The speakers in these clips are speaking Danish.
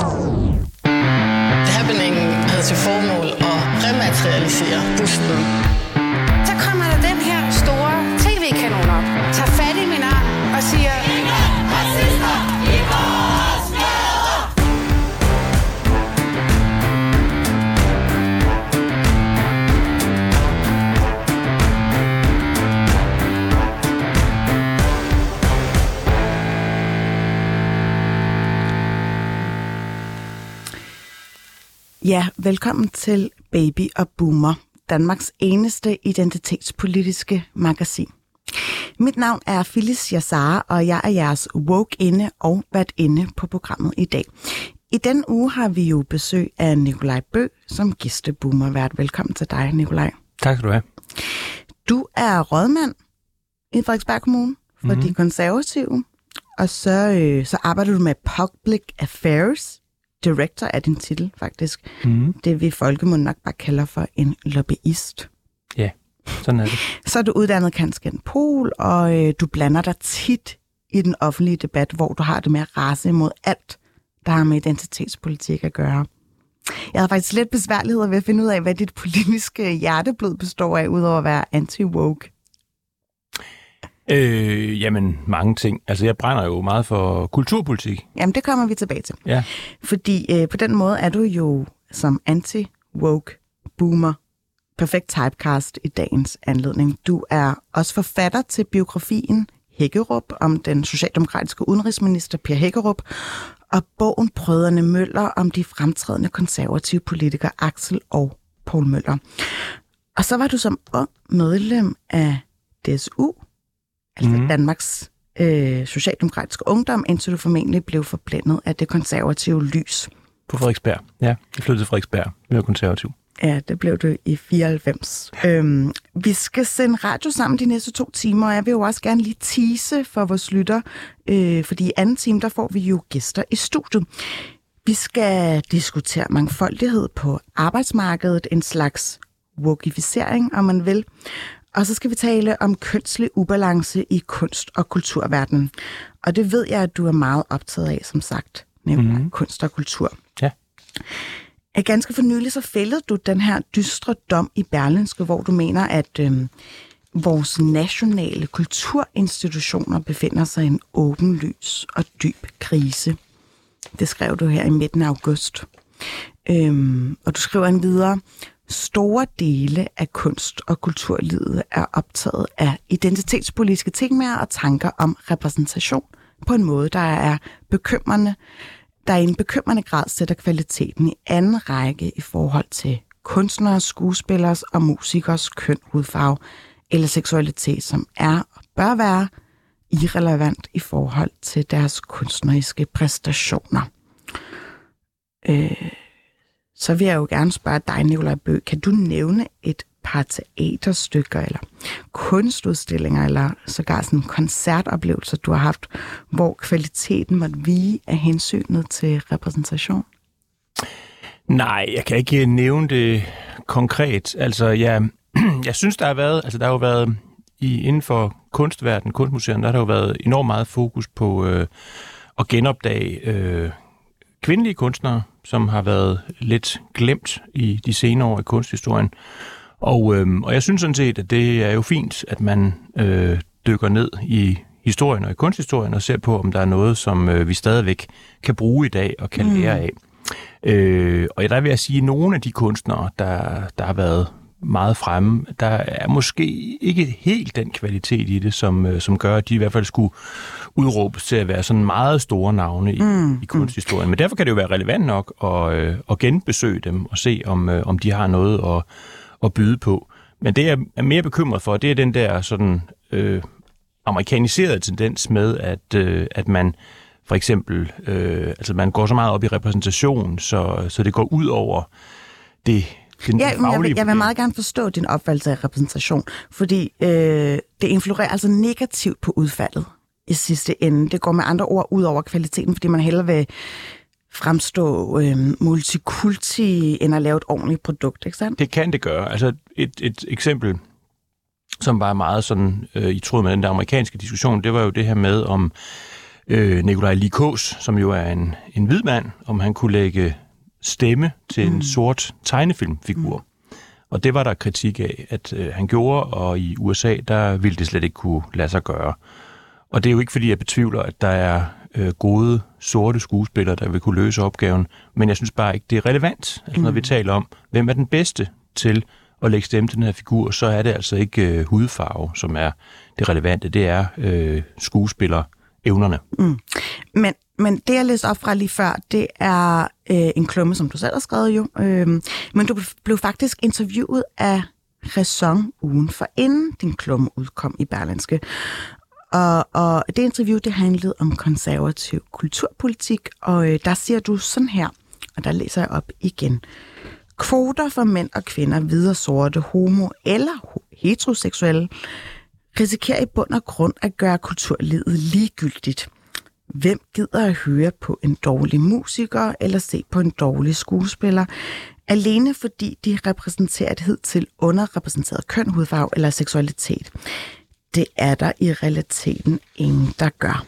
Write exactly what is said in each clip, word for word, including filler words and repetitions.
Happeningen havde til formål at rematerialisere busten. Så kommer der den her store tv-kanon op, tager fat i min arm og siger: Ingen racister i vores gader! Ja, velkommen til Baby og Boomer, Danmarks eneste identitetspolitiske magasin. Mit navn er Phyllis Jassara, og jeg er jeres woke-inde og vært-inde på programmet i dag. I den uge har vi jo besøg af Nikolaj Bøgh som gæste-boomer-vært. Velkommen til dig, Nikolaj. Tak skal du have. Du er rådmand i Frederiksberg Kommune for mm-hmm. de konservative, og så, øh, så arbejder du med Public Affairs. Director er din titel, faktisk. Mm. Det vi folkemunde nok bare kalder for en lobbyist. Ja, sådan er det. Så er du uddannet kanskent Pol, og øh, du blander dig tit i den offentlige debat, hvor du har det med at rase imod alt, der har med identitetspolitik at gøre. Jeg havde faktisk lidt besværligheder ved at finde ud af, hvad dit politiske hjerteblod består af, udover at være anti-woke. Øh, jamen, mange ting. Altså, jeg brænder jo meget for kulturpolitik. Jamen, det kommer vi tilbage til. Ja. Fordi øh, på den måde er du jo som anti-woke boomer perfekt typecast i dagens anledning. Du er også forfatter til biografien Hækkerup om den socialdemokratiske udenrigsminister Per Hækkerup, og bogen Brødrene Møller om de fremtrædende konservative politikere Axel og Poul Møller. Og så var du som ung medlem af D S U, altså mm. Danmarks øh, socialdemokratiske ungdom, indtil du formentlig blev forblændet af det konservative lys. På Frederiksberg, ja. Jeg flyttede til Frederiksberg. Jeg var konservativ. Ja, det blev du i fireoghalvfems. Øhm, vi skal sende radio sammen de næste to timer, og jeg vil jo også gerne lige tease for vores lytter, øh, fordi i anden time, der får vi jo gæster i studiet. Vi skal diskutere mangfoldighed på arbejdsmarkedet, en slags wokificering, om man vil. Og så skal vi tale om kønslig ubalance i kunst- og kulturverdenen. Og det ved jeg, at du er meget optaget af, som sagt, nemlig mm-hmm. kunst og kultur. Ja. Ganske for nylig så fældede du den her dystre dom i Berlingske, hvor du mener, at øh, vores nationale kulturinstitutioner befinder sig i en åbenlys og dyb krise. Det skrev du her i midten af august. Øhm, og du skriver en videre: store dele af kunst- og kulturlivet er optaget af identitetspolitiske temaer og tanker om repræsentation på en måde, der er bekymrende, der i en bekymrende grad sætter kvaliteten i anden række i forhold til kunstneres, skuespillers og musikers køn, hudfarve eller seksualitet, som er og bør være irrelevant i forhold til deres kunstneriske præstationer. Øh, så vil jeg jo gerne spørge dig, Nikolaj Bøgh, kan du nævne et par teaterstykker eller kunstudstillinger eller sågar sådan koncertoplevelser, du har haft, hvor kvaliteten måtte vige af hensynet til repræsentation? Nej, jeg kan ikke nævne det konkret. Altså, jeg, jeg synes, der har været, altså der har jo været i, inden for kunstverdenen, kunstmuseerne, der har der jo været enormt meget fokus på øh, at genopdage øh, kvindelige kunstnere, som har været lidt glemt i de senere år i kunsthistorien. Og, øhm, og jeg synes sådan set, at det er jo fint, at man øh, dykker ned i historien og i kunsthistorien og ser på, om der er noget, som øh, vi stadigvæk kan bruge i dag og kan mm. lære af. Øh, og der vil jeg sige, at nogle af de kunstnere, der, der har været meget fremme, der er måske ikke helt den kvalitet i det, som, øh, som gør, at de i hvert fald skulle udråbes til at være sådan meget store navne i, mm. i kunsthistorien. Men derfor kan det jo være relevant nok at, øh, at genbesøge dem og se, om, øh, om de har noget at at byde på. Men det, jeg er mere bekymret for, det er den der sådan øh, amerikaniserede tendens med, at, øh, at man for eksempel, øh, altså man går så meget op i repræsentation, så, så det går ud over det, den ja, faglige jeg vil, jeg vil meget gerne forstå din opfattelse af repræsentation, fordi øh, det influerer altså negativt på udfaldet i sidste ende. Det går med andre ord ud over kvaliteten, fordi man hellere vil fremstå øh, multikulti, end at lave et ordentligt produkt, ikke sandt? Det kan det gøre. Altså et, et eksempel, som var meget sådan øh, i tråd med den der amerikanske diskussion, det var jo det her med, om øh, Nikolaj Likås, som jo er en, en hvid mand, om han kunne lægge stemme til en mm. sort tegnefilmfigur. Mm. Og det var der kritik af, at øh, han gjorde, og i U S A, der ville det slet ikke kunne lade sig gøre. Og det er jo ikke, fordi jeg betvivler, at der er øh, gode, sorte skuespillere, der vil kunne løse opgaven, men jeg synes bare ikke, det er relevant. Altså, når mm. vi taler om, hvem er den bedste til at lægge stemme til den her figur, så er det altså ikke øh, hudfarve, som er det relevante. Det er øh, skuespillerevnerne. Mm. Men, men det, jeg læste op fra lige før, det er øh, en klumme, som du selv har skrevet jo. Øh, men du blev faktisk interviewet af Ræson ugen for inden din klumme udkom i Berlingske. Og, og det interview, det handlede om konservativ kulturpolitik, og øh, der siger du sådan her, og der læser jeg op igen. Kvoter for mænd og kvinder, hvide, sorte, homo eller heteroseksuelle, risikerer i bund og grund at gøre kulturlivet ligegyldigt. Hvem gider at høre på en dårlig musiker eller se på en dårlig skuespiller, alene fordi de repræsenterer et hidtil underrepræsenteret køn, hudfarve eller seksualitet? Det er der i realiteten ingen, der gør.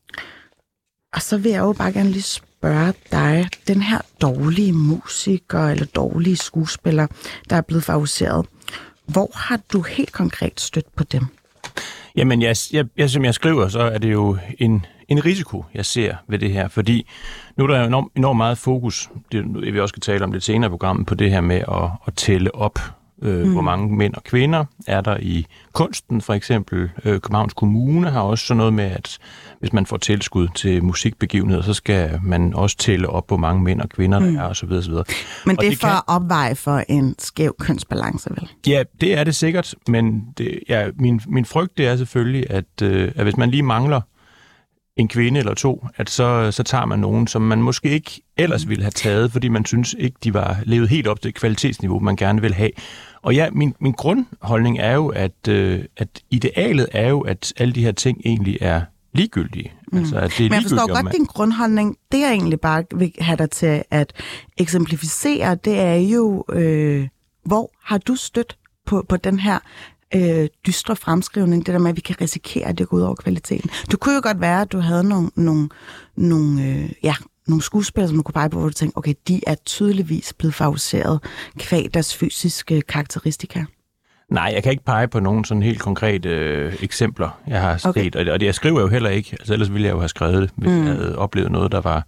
Og så vil jeg jo bare gerne lige spørge dig, den her dårlige musiker eller dårlige skuespiller, der er blevet favoriseret, hvor har du helt konkret stødt på dem? Jamen, jeg, jeg, jeg, som jeg skriver, så er det jo en, en risiko, jeg ser ved det her, fordi nu er der enormt, enormt meget fokus, det vil vi også skal tale om det senere i programmet, på det her med at, at tælle op, øh, mm. hvor mange mænd og kvinder er der i kunsten, for eksempel. Øh, Københavns Kommune har også sådan noget med, at hvis man får tilskud til musikbegivenheder, så skal man også tælle op, hvor mange mænd og kvinder der mm. er, og så videre, så videre. Men og det er det for kan... at opveje for en skæv kønsbalance, vel? Ja, det er det sikkert, men det, ja, min, min frygt det er selvfølgelig, at, øh, at hvis man lige mangler en kvinde eller to, at så, så tager man nogen, som man måske ikke ellers ville have taget, fordi man synes ikke, de var levet helt op til det kvalitetsniveau, man gerne vil have. Og ja, min, min grundholdning er jo, at, øh, at idealet er jo, at alle de her ting egentlig er ligegyldige. Mm. Altså, at det er Men jeg forstår godt man... din grundholdning. Det jeg egentlig bare vil have dig til at eksemplificere, det er jo, øh, hvor har du stødt på, på den her øh, dystre fremskrivning, det der med, at vi kan risikere, at det går ud over kvaliteten. Det kunne jo godt være, at du havde nogle, nogle, nogle, øh, ja, nogle skuespillere, som du kunne pege på, hvor du tænkte, okay, de er tydeligvis blevet favoriseret kvad deres fysiske karakteristika. Nej, jeg kan ikke pege på nogen sådan helt konkrete øh, eksempler, jeg har set. Okay. Og, det, og det jeg skriver jo heller ikke, altså ellers ville jeg jo have skrevet det, hvis mm. jeg havde oplevet noget, der var,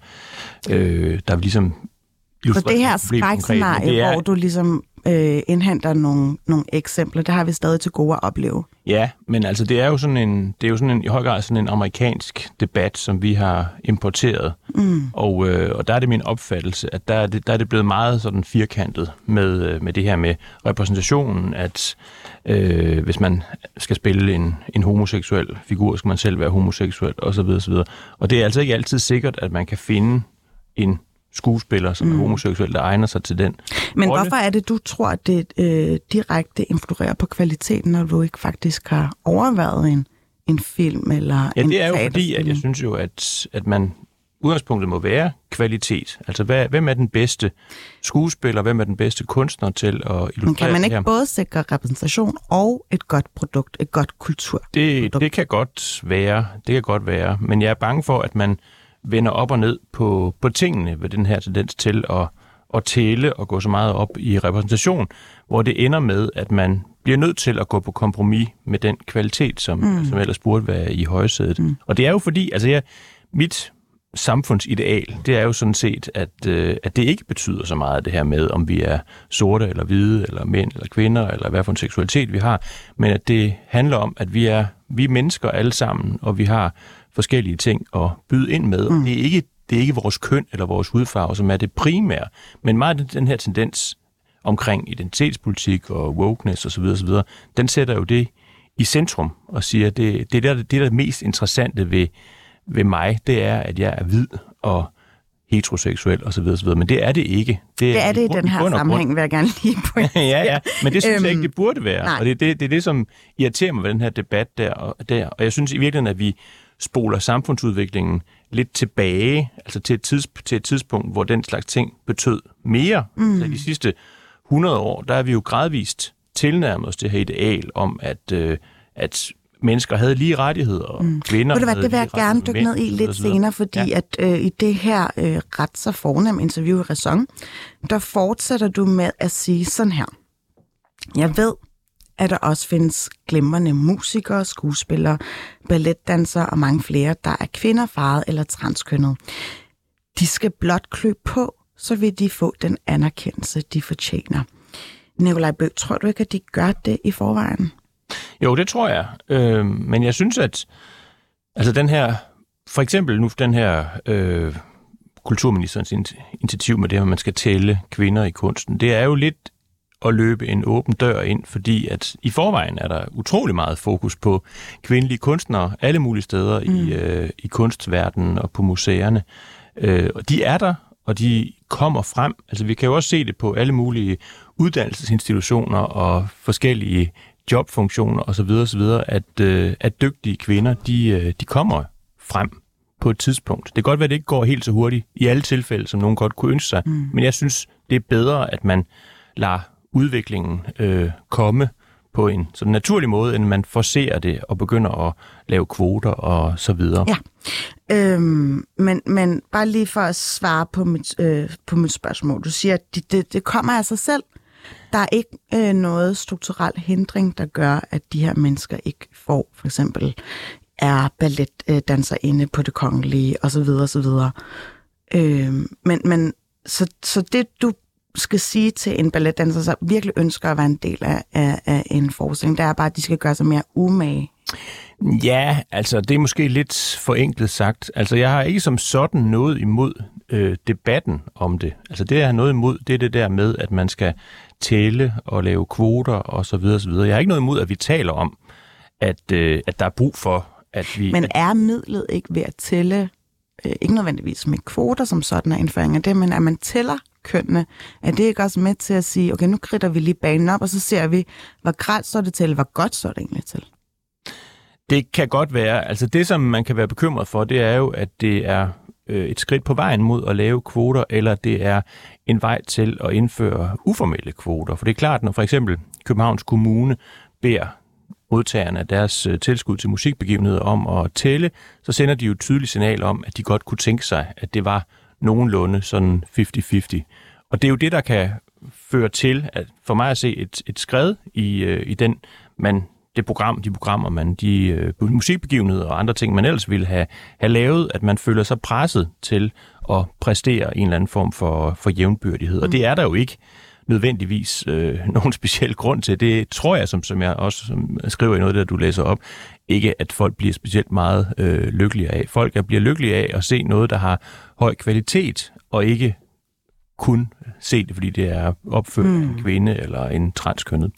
øh, der var ligesom... For det her skrækscenarie, er... hvor du ligesom øh, indhenter nogle, nogle eksempler, det har vi stadig til gode at opleve. Ja, men altså det er jo sådan en, det er jo sådan en, i høj grad sådan en amerikansk debat, som vi har importeret. Mm. Og, øh, og der er det min opfattelse, at der er det, der er det blevet meget sådan firkantet med, med det her med repræsentationen, at øh, hvis man skal spille en, en homoseksuel figur, skal man selv være homoseksuel osv. osv. Og det er altså ikke altid sikkert, at man kan finde en skuespiller, som mm. er homoseksuel, der egner sig til den Men rolle. Hvorfor er det, du tror, at det øh, direkte influerer på kvaliteten, når du ikke faktisk har overvejet en, en film eller ja, en det er jo fordi, at jeg synes jo, at, at man udgangspunktet må være kvalitet. Altså, hvad, hvem er den bedste skuespiller, hvem er den bedste kunstner til at illustrere det her? Men kan man ikke både sikre repræsentation og et godt produkt, et godt kulturprodukt? Det, det kan godt være, det kan godt være, men jeg er bange for, at man vender op og ned på, på tingene ved den her tendens til at, at tælle og gå så meget op i repræsentation, hvor det ender med, at man bliver nødt til at gå på kompromis med den kvalitet, som, mm. som ellers burde være i højsædet. Mm. Og det er jo fordi, altså jeg, mit samfundsideal, det er jo sådan set, at, øh, at det ikke betyder så meget det her med, om vi er sorte eller hvide, eller mænd eller kvinder, eller hvad for en seksualitet vi har, men at det handler om, at vi er, vi er mennesker alle sammen, og vi har forskellige ting at byde ind med. Mm. Det er ikke, det er ikke vores køn eller vores hudfarve, som er det primære, men meget af den her tendens omkring identitetspolitik og wokeness osv., osv., den sætter jo det i centrum og siger, at det, det, der, det der er det mest interessante ved, ved mig, det er, at jeg er hvid og heteroseksuel osv., osv., men det er det ikke. Det er det, er det i den her sammenhæng, vil jeg gerne lige pointere. ja, ja, men det synes jeg ikke, det burde være. Nej. Og det er det, det, det, som irriterer mig ved den her debat der og, der. Og jeg synes i virkeligheden, at vi spoler samfundsudviklingen lidt tilbage, altså til et, tids, til et tidspunkt, hvor den slags ting betød mere. Mm. Så de sidste hundrede år, der er vi jo gradvist tilnærmet os det her ideal om, at, øh, at mennesker havde lige rettigheder, og mm. kvinder Ved du hvad, havde det vil jeg gerne dykke ned i lidt senere, fordi ja. at øh, i det her øh, ret så fornem interview i Ræson, der fortsætter du med at sige sådan her. Jeg ved, at der også findes glimrende musikere, skuespillere, balletdansere og mange flere, der er kvinder, farvet eller transkønnet. De skal blot klø på, så vil de få den anerkendelse, de fortjener. Nikolaj Bøgh, tror du ikke, at de gør det i forvejen? Jo, det tror jeg. Øh, men jeg synes, at altså den her, for eksempel nu den her øh, kulturministerens initiativ med det, at man skal tælle kvinder i kunsten, det er jo lidt at løbe en åben dør ind, fordi at i forvejen er der utrolig meget fokus på kvindelige kunstnere alle mulige steder mm. i, øh, i kunstverdenen og på museerne. Øh, og de er der, og de kommer frem. Altså vi kan jo også se det på alle mulige uddannelsesinstitutioner og forskellige jobfunktioner osv. osv., at, øh, at dygtige kvinder, de, øh, de kommer frem på et tidspunkt. Det kan godt være, at det ikke går helt så hurtigt i alle tilfælde, som nogen godt kunne ønske sig, mm. men jeg synes, det er bedre, at man lader udviklingen øh, komme på en sådan naturlig måde, end man forcerer det og begynder at lave kvoter og så videre. Ja, øhm, men, men bare lige for at svare på mit, øh, på mit spørgsmål. Du siger, at det, det, det kommer af sig selv. Der er ikke øh, noget strukturel hindring, der gør, at de her mennesker ikke får, for eksempel, er balletdanser øh, inde på Det Kongelige, osv. osv. Øh, men, men så, så det, du skal sige til en balletdanser, så virkelig ønsker at være en del af, af, af en forestilling, det er bare, at de skal gøre sig mere umage. Ja, altså det er måske lidt forenklet sagt. Altså jeg har ikke som sådan noget imod øh, debatten om det. Altså det, jeg har noget imod, det er det der med, at man skal tælle og lave kvoter og så videre, så videre. Jeg har ikke noget imod, at vi taler om, at, øh, at der er brug for, at vi... Men er midlet ikke ved at tælle, øh, ikke nødvendigvis med kvoter som sådan er indføring af det, men at man tæller kønnene, er det ikke også med til at sige, okay, nu kridter vi lige banen op, og så ser vi, hvor grelt så det til, hvor godt så det egentlig til? Det kan godt være. Altså det, som man kan være bekymret for, det er jo, at det er øh, et skridt på vejen mod at lave kvoter, eller det er en vej til at indføre uformelle kvoter. For det er klart, når for eksempel Københavns Kommune beder modtagerne af deres øh, tilskud til musikbegivenheder om at tælle, så sender de jo et tydeligt signal om, at de godt kunne tænke sig, at det var nogenlunde sådan halvtreds halvtreds. Og det er jo det, der kan føre til, at for mig at se et, et skred i, øh, i den, man, det program, de programmer, man, de øh, musikbegivenheder og andre ting, man ellers ville have, have lavet, at man føler sig presset til at præstere en eller anden form for, for jævnbyrdighed. Mm. Og det er der jo ikke nødvendigvis øh, nogen speciel grund til. Det tror jeg, som, som jeg også som skriver i noget, der du læser op, ikke at folk bliver specielt meget øh, lykkelige af. Folk er, bliver lykkelige af at se noget, der har høj kvalitet, og ikke kun se det, fordi det er opført mm. af en kvinde eller en transkønnet.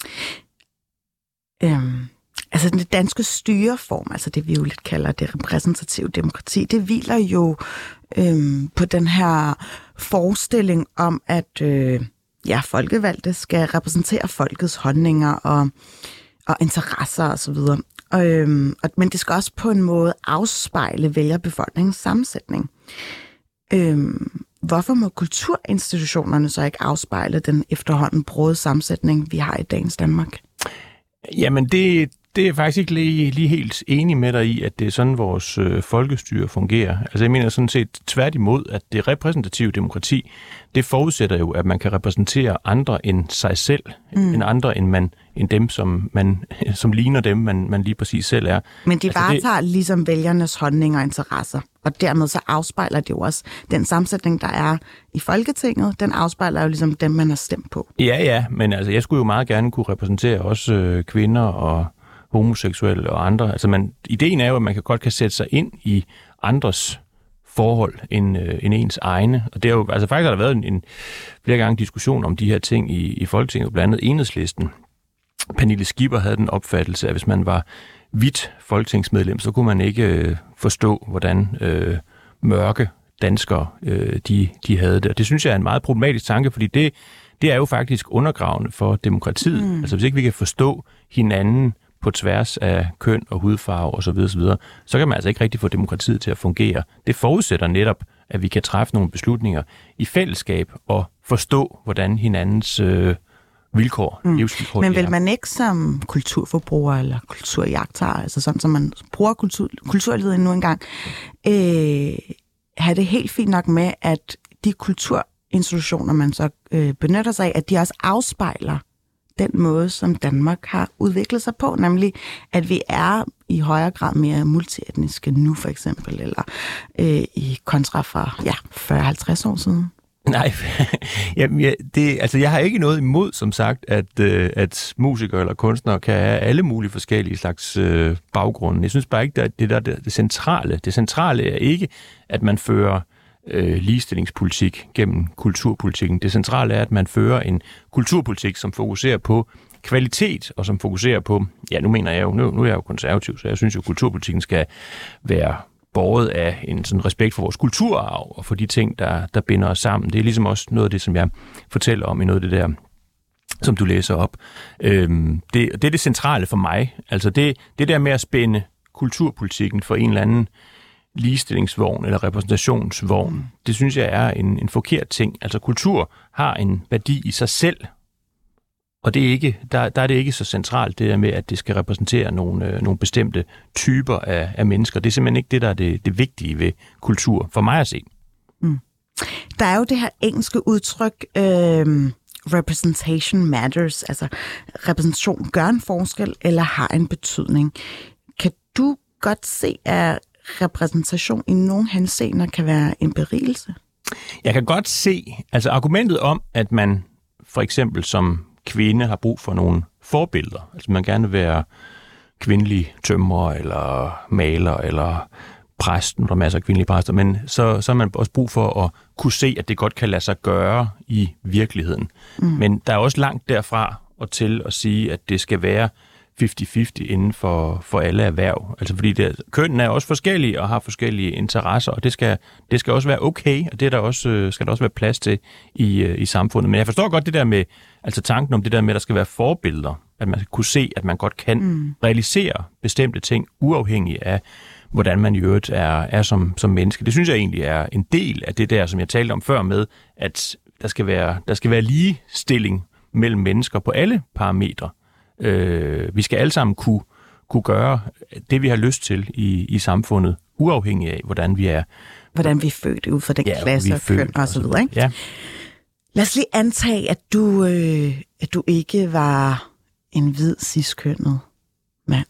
Øhm, altså den danske styreform, altså det vi jo lidt kalder det repræsentative demokrati, det hviler jo øhm, på den her forestilling om, at øh, ja, folkevalgte skal repræsentere folkets holdninger og, og interesser osv. Og, øhm, og, men det skal også på en måde afspejle vælgerbefolkningens sammensætning. Øhm, hvorfor må kulturinstitutionerne så ikke afspejle den efterhånden brode sammensætning, vi har i dagens Danmark? Jamen, det, det er jeg faktisk ikke lige, lige helt enig med dig i, at det er sådan, vores øh, folkestyre fungerer. Altså, jeg mener sådan set tværtimod, at det repræsentative demokrati, det forudsætter jo, at man kan repræsentere andre end sig selv, mm. end andre end, man, end dem, som, man, som ligner dem, man, man lige præcis selv er. Men de altså, varetager det... ligesom vælgernes holdninger og interesser, og dermed så afspejler det jo også den sammensætning, der er i Folketinget, den afspejler jo ligesom dem, man har stemt på. Ja, ja, men altså, jeg skulle jo meget gerne kunne repræsentere også øh, kvinder og homoseksuelle og andre. Altså, man, ideen er jo, at man kan godt kan sætte sig ind i andres forhold end, øh, end ens egne. Og det er jo, altså faktisk har der været en, en flere gange diskussion om de her ting i, i Folketinget, blandt andet Enhedslisten. Pernille Skipper havde den opfattelse, at hvis man var hvidt folketingsmedlem, så kunne man ikke øh, forstå, hvordan øh, mørke danskere øh, de, de havde det. Og det synes jeg er en meget problematisk tanke, fordi det, det er jo faktisk undergravende for demokratiet. Mm. Altså hvis ikke vi kan forstå hinanden på tværs af køn og hudfarve osv., osv., så kan man altså ikke rigtig få demokratiet til at fungere. Det forudsætter netop, at vi kan træffe nogle beslutninger i fællesskab og forstå, hvordan hinandens øh, vilkår, mm. livsvilkår. Men vil man ikke som kulturforbruger eller kulturjagter, altså sådan som man bruger kultur, kulturlivet nu engang, øh, have det helt fint nok med, at de kulturinstitutioner, man så øh, benytter sig af, at de også afspejler den måde, som Danmark har udviklet sig på, nemlig at vi er i højere grad mere multietniske nu for eksempel, eller øh, i kontra fra ja, fyrre til halvtreds år siden. Nej, Jamen, ja, det, altså jeg har ikke noget imod, som sagt, at, øh, at musikere eller kunstnere kan have alle mulige forskellige slags øh, baggrunde. Jeg synes bare ikke, at det der det, det centrale. Det centrale er ikke, at man fører øh, ligestillingspolitik gennem kulturpolitikken. Det centrale er, at man fører en kulturpolitik, som fokuserer på kvalitet, og som fokuserer på, ja, nu mener jeg jo, nu, nu er jeg jo konservativ, så jeg synes jo, at kulturpolitikken skal være båret af en sådan respekt for vores kulturarv og for de ting, der, der binder os sammen. Det er ligesom også noget af det, som jeg fortæller om i noget af det der, som du læser op. Øhm, det, det er det centrale for mig. Altså det, det der med at spænde kulturpolitikken for en eller anden ligestillingsvogn eller repræsentationsvogn, mm. det synes jeg er en, en forkert ting. Altså kultur har en værdi i sig selv, og det er ikke, der, der er det ikke så centralt, det der med, at det skal repræsentere nogle, øh, nogle bestemte typer af, af mennesker. Det er simpelthen ikke det, der er det, det vigtige ved kultur, for mig at se. Mm. Der er jo det her engelske udtryk, øh, representation matters, altså repræsentation gør en forskel eller har en betydning. Kan du godt se, at repræsentation i nogle henseender kan være en berigelse? Jeg kan godt se, altså argumentet om, at man for eksempel som kvinde har brug for nogle forbilleder. Altså man gerne vil være kvindelig tømrer eller maler eller præst, der er masser af kvindelige præster, men så, så har man også brug for at kunne se, at det godt kan lade sig gøre i virkeligheden. Mm. Men der er også langt derfra og til at sige, at det skal være halvtreds halvtreds inden for, for alle erhverv. Altså fordi det, kønnen er også forskellige og har forskellige interesser, og det skal, det skal også være okay, og det der også, skal der også være plads til i, i samfundet. Men jeg forstår godt det der med, altså tanken om det der med, at der skal være forbilleder, at man skal kunne se, at man godt kan mm. realisere bestemte ting, uafhængig af, hvordan man i øvrigt er, er som, som menneske. Det synes jeg egentlig er en del af det der, som jeg talte om før med, at der skal være, der skal være ligestilling mellem mennesker på alle parametre. Øh, vi skal alle sammen kunne, kunne gøre det, vi har lyst til i, i samfundet, uafhængig af, hvordan vi er. Hvordan vi er født ud fra den ja, klasse og køn og så videre, ikke? Ja. Lad os lige antage, at du, øh, at du ikke var en hvid ciskønnet mand.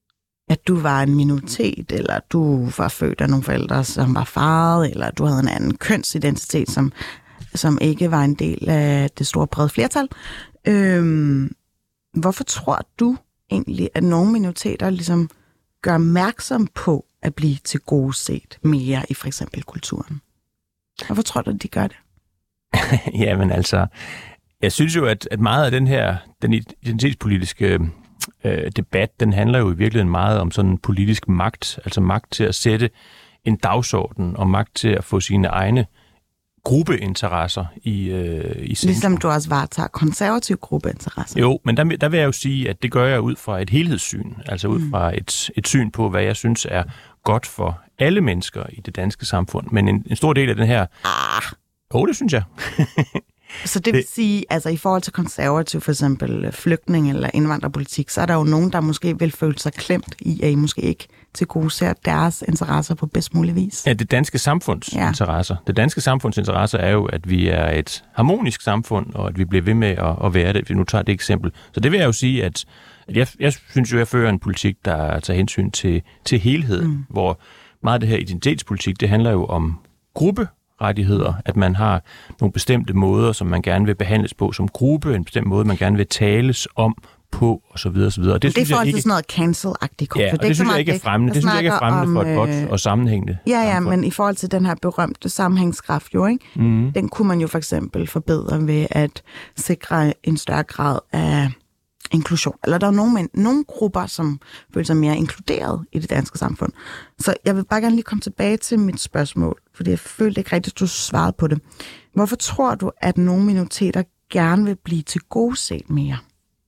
At du var en minoritet, eller du var født af nogle forældre, som var farvet, eller du havde en anden kønsidentitet, som, som ikke var en del af det store brede flertal. Øhm, Hvorfor tror du egentlig, at nogle minoriteter ligesom gør opmærksom på at blive tilgodeset mere i for eksempel kulturen? Hvorfor tror du, at de gør det? Jamen altså, jeg synes jo, at, at meget af den her den identitetspolitiske øh, debat, den handler jo i virkeligheden meget om sådan politisk magt, altså magt til at sætte en dagsorden og magt til at få sine egne gruppeinteresser i, øh, i centrum. Ligesom du også varetager konservative gruppeinteresser. Jo, men der, der vil jeg jo sige, at det gør jeg ud fra et helhedssyn, altså ud fra et, et syn på, hvad jeg synes er godt for alle mennesker i det danske samfund. Men en, en stor del af den her... Ah. Jo, det synes jeg. Så det vil sige, altså i forhold til konservativ, for eksempel flygtning eller indvandrerpolitik, så er der jo nogen, der måske vil føle sig klemt i, at I måske ikke tilgodeser deres interesser på bedst mulig vis. Ja, det danske samfunds ja. interesser. Det danske samfunds interesser er jo, at vi er et harmonisk samfund, og at vi bliver ved med at, at være det, hvis vi nu tager det eksempel. Så det vil jeg jo sige, at, at jeg, jeg synes jo, at jeg fører en politik, der tager hensyn til, til helheden, mm. hvor meget af det her identitetspolitik, det handler jo om gruppe, rettigheder, at man har nogle bestemte måder, som man gerne vil behandles på som gruppe, en bestemt måde, man gerne vil tales om på, og så videre, og så videre. Og det, det synes er for jeg ikke... sådan noget cancel-agtigt. Ja, og det, det synes jeg ikke er fremmende. Det synes jeg ikke er fremmende for et godt og sammenhængende. Ja, ja, men i forhold til den her berømte sammenhængskraft, jo, ikke? Mm. Den kunne man jo for eksempel forbedre ved at sikre en større grad af inklusion. Eller der er nogle, men, nogle grupper, som føler sig mere inkluderet i det danske samfund. Så jeg vil bare gerne lige komme tilbage til mit spørgsmål, fordi jeg følte ikke rigtigt, at du svarede på det. Hvorfor tror du, at nogle minoriteter gerne vil blive tilgodeset mere?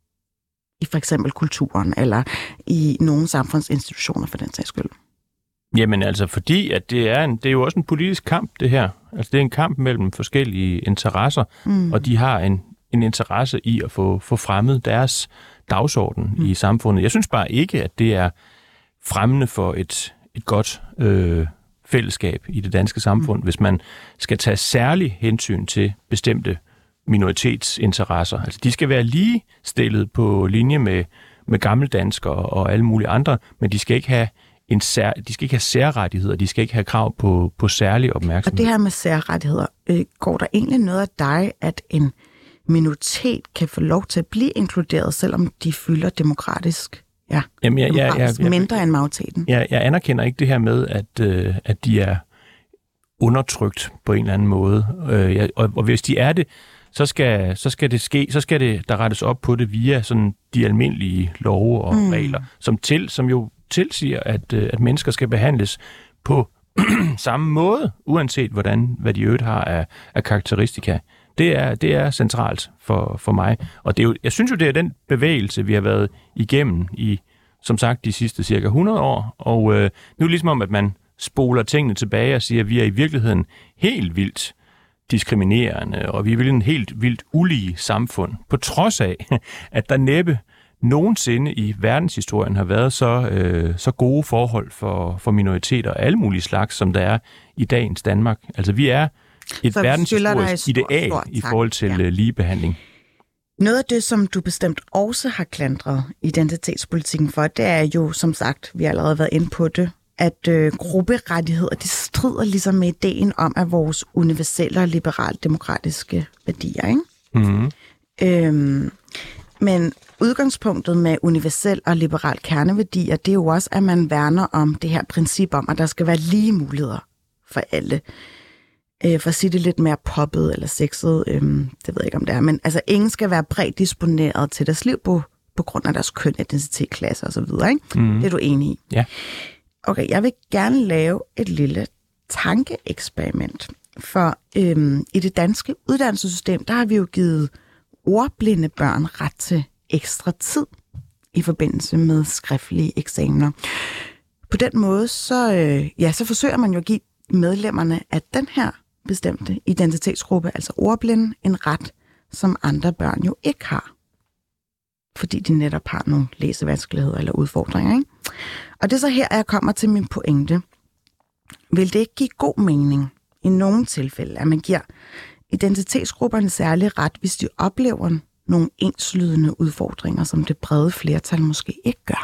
I for eksempel kulturen, eller i nogle samfundsinstitutioner for den sags skyld? Jamen altså, fordi at det er, en, det er jo også en politisk kamp, det her. Altså det er en kamp mellem forskellige interesser, mm. og de har en en interesse i at få, få fremmet deres dagsorden mm. i samfundet. Jeg synes bare ikke, at det er fremmende for et, et godt øh, fællesskab i det danske samfund, mm. hvis man skal tage særlig hensyn til bestemte minoritetsinteresser. Altså, de skal være lige stillet på linje med, med gammeldanskere og alle mulige andre, men de skal ikke have en sær, de skal ikke have særrettigheder, de skal ikke have krav på, på særlig opmærksomhed. Og det her med særrettigheder, øh, går der egentlig noget af dig, at en minoritet kan få lov til at blive inkluderet, selvom de fylder demokratisk, ja, Jamen, jeg, demokratisk jeg, jeg, mindre end majoriteten? Jeg, jeg anerkender ikke det her med, at, øh, at de er undertrykt på en eller anden måde. Øh, jeg, og, og hvis de er det, så skal, så skal det ske, så skal det der rettes op på det via sådan de almindelige love og mm. regler, som til, som jo tilsiger, at, at mennesker skal behandles på samme måde, uanset hvordan, hvad de øvrigt har af, af karakteristika. Det er, det er centralt for, for mig. Og det er jo, jeg synes jo, det er den bevægelse, vi har været igennem i, som sagt, de sidste cirka hundrede år. Og øh, nu er det ligesom om, at man spoler tingene tilbage og siger, at vi er i virkeligheden helt vildt diskriminerende, og vi er virkelig en helt vildt ulige samfund, på trods af, at der næppe nogensinde i verdenshistorien har været så, øh, så gode forhold for, for minoriteter og alle mulige slags, som der er i dagens Danmark. Altså, vi er et verdenshistorisk ideal i forhold til ja. ligebehandling. Noget af det, som du bestemt også har klandret identitetspolitikken for, det er jo, som sagt, vi har allerede været inde på det, at øh, grupperettigheder, det strider ligesom med ideen om, at vores universelle og liberalt demokratiske værdier, ikke? Mm-hmm. Øhm, men udgangspunktet med universel og liberal kerneværdier, det er jo også, at man værner om det her princip om, at der skal være lige muligheder for alle. Øh, for at sige det lidt mere poppet eller sexet, øh, det ved jeg ikke om det er, men altså ingen skal være bredt disponeret til deres liv på, på grund af deres køn, identitet, klasse og så videre, ikke? Mm. Det er du enig i? Ja. Okay, jeg vil gerne lave et lille tankeeksperiment. For øhm, i det danske uddannelsessystem, der har vi jo givet ordblinde børn ret til ekstra tid i forbindelse med skriftlige eksamener. På den måde, så, øh, ja, så forsøger man jo at give medlemmerne af den her bestemte identitetsgruppe, altså ordblinde, en ret, som andre børn jo ikke har. Fordi de netop har nogle læsevanskeligheder eller udfordringer, ikke? Og det er så her, jeg kommer til min pointe. Vil det ikke give god mening i nogle tilfælde, at man giver identitetsgrupperne særlig ret, hvis de oplever nogle enslydende udfordringer, som det brede flertal måske ikke gør?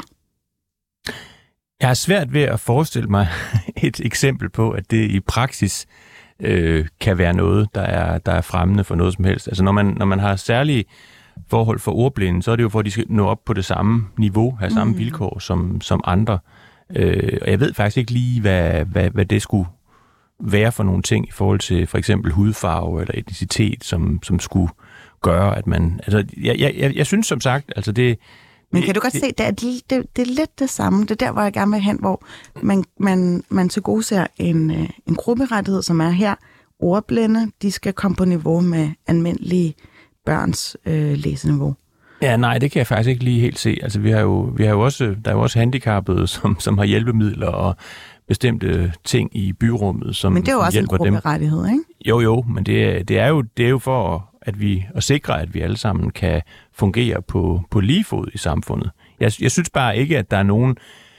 Jeg har svært ved at forestille mig et eksempel på, at det i praksis øh, kan være noget, der er, der er fremmende for noget som helst. Altså når man, når man har særlige forhold for ordblinde, så er det jo for, at de skal nå op på det samme niveau, have samme mm. vilkår som, som andre. Øh, og jeg ved faktisk ikke lige, hvad, hvad, hvad det skulle være for nogle ting i forhold til for eksempel hudfarve eller etnicitet, som, som skulle gøre, at man... Altså, jeg, jeg, jeg synes som sagt, altså det... Men kan du godt det, se, det er, det, det er lidt det samme. Det er der, hvor jeg gerne vil hen, hvor man, man, man tilgodeser en, en grupperettighed, som er her. Ordblinde, de skal komme på niveau med almindelige børns øh, læseniveau. Ja, nej, det kan jeg faktisk ikke lige helt se. Altså, vi har jo, vi har jo også, der er jo også handicappede, som, som har hjælpemidler og bestemte ting i byrummet, som Men det er jo også en grupperettighed, ikke? Jo, jo, men det, det, er jo, det er jo for at, vi, at sikre, at vi alle sammen kan fungere på, på lige fod i samfundet. Jeg, jeg synes bare ikke, at der er nogen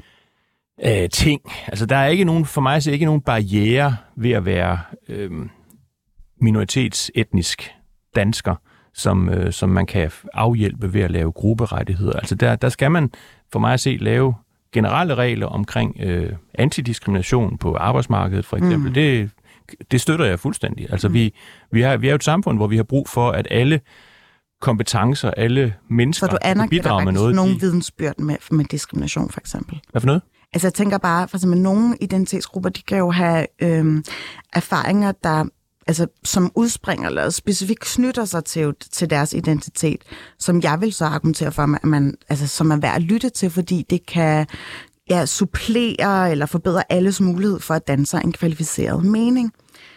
øh, ting, altså der er ikke nogen, for mig så ikke nogen barriere ved at være øh, minoritetsetnisk dansker, som, øh, som man kan afhjælpe ved at lave grupperettigheder. Altså der, der skal man for mig at se lave generelle regler omkring øh, antidiskrimination på arbejdsmarkedet, for eksempel. Mm. Det, det støtter jeg fuldstændig. Altså mm. vi, vi, har, vi er jo et samfund, hvor vi har brug for, at alle kompetencer, alle mennesker bidrager med noget. Så du anerkender nogle de... vidensbyrd med, med diskrimination, for eksempel? Hvad for noget? Altså jeg tænker bare, for eksempel nogle identitetsgrupper, de kan jo have øh, erfaringer, der altså, som udspringer eller specifikt knytter sig til, til deres identitet, som jeg vil så argumentere for, at man, altså, som er værd at lytte til, fordi det kan ja, supplere eller forbedre alles mulighed for at danne sig en kvalificeret mening.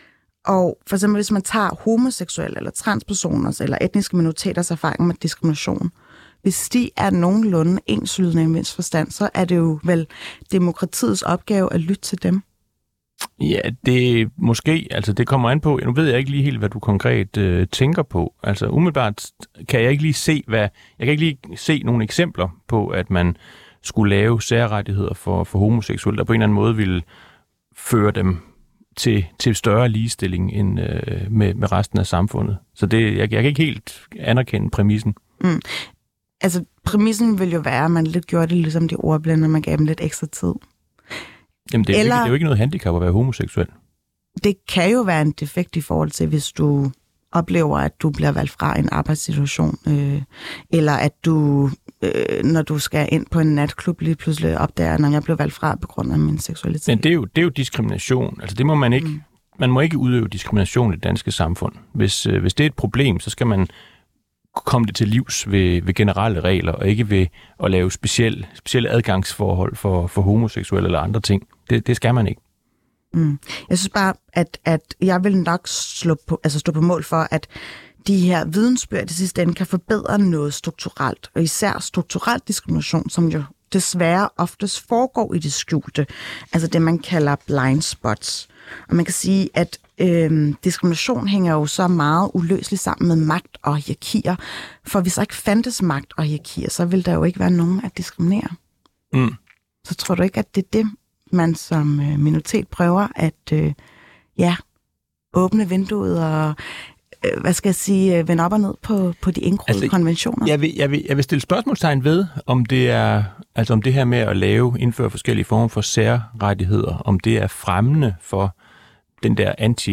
Og for eksempel, hvis man tager homoseksuelle eller transpersoners eller etniske minoriteters erfaring med diskrimination, hvis de er nogenlunde enslydende i mindst forstand, så er det jo vel demokratiets opgave at lytte til dem. Ja, det måske, altså det kommer an på, nu ved jeg ikke lige helt, hvad du konkret øh, tænker på. Altså umiddelbart kan jeg ikke lige se, hvad, jeg kan ikke lige se nogle eksempler på, at man skulle lave særrettigheder for, for homoseksuelle, der på en eller anden måde ville føre dem til, til større ligestilling end øh, med, med resten af samfundet. Så det, jeg, jeg kan ikke helt anerkende præmissen. Mm. Altså præmissen vil jo være, at man lidt gjorde det ligesom de ordblinde, og man gav dem lidt ekstra tid. Jamen, det er, Eller, ikke, det er jo ikke noget handicap at være homoseksuel. Det kan jo være en defekt i forhold til, hvis du oplever, at du bliver valgt fra en arbejdssituation, øh, eller at du, øh, når du skal ind på en natklub, lige pludselig opdager, når jeg blev valgt fra på grund af min seksualitet. Men det er jo, det er jo diskrimination. Altså, det må man ikke... Mm. Man må ikke udøve diskrimination i det danske samfund. Hvis, øh, hvis det er et problem, så skal man komme det til livs ved, ved generelle regler, og ikke ved at lave specielle, specielle adgangsforhold for, for homoseksuelle eller andre ting. Det, det skal man ikke. Mm. Jeg synes bare, at, at jeg vil nok slå på, altså stå på mål for, at de her vidensbyrd i sidste ende kan forbedre noget strukturelt, og især strukturel diskrimination, som jo desværre oftest foregår i det skjulte. Altså det, man kalder blind spots. Og man kan sige, at øh, diskrimination hænger jo så meget uløseligt sammen med magt og hierarkier. For hvis der ikke fandtes magt og hierarkier, så ville der jo ikke være nogen at diskriminere. Mm. Så tror du ikke, at det er det, man som øh, minoritet prøver at øh, ja, åbne vinduet og øh, hvad skal jeg sige, vende op og ned på, på de indgroede altså, konventioner? Jeg vil, jeg, vil, jeg vil stille spørgsmålstegn ved, om det er altså om det her med at lave, indføre forskellige former for særrettigheder, om det er fremmende for den der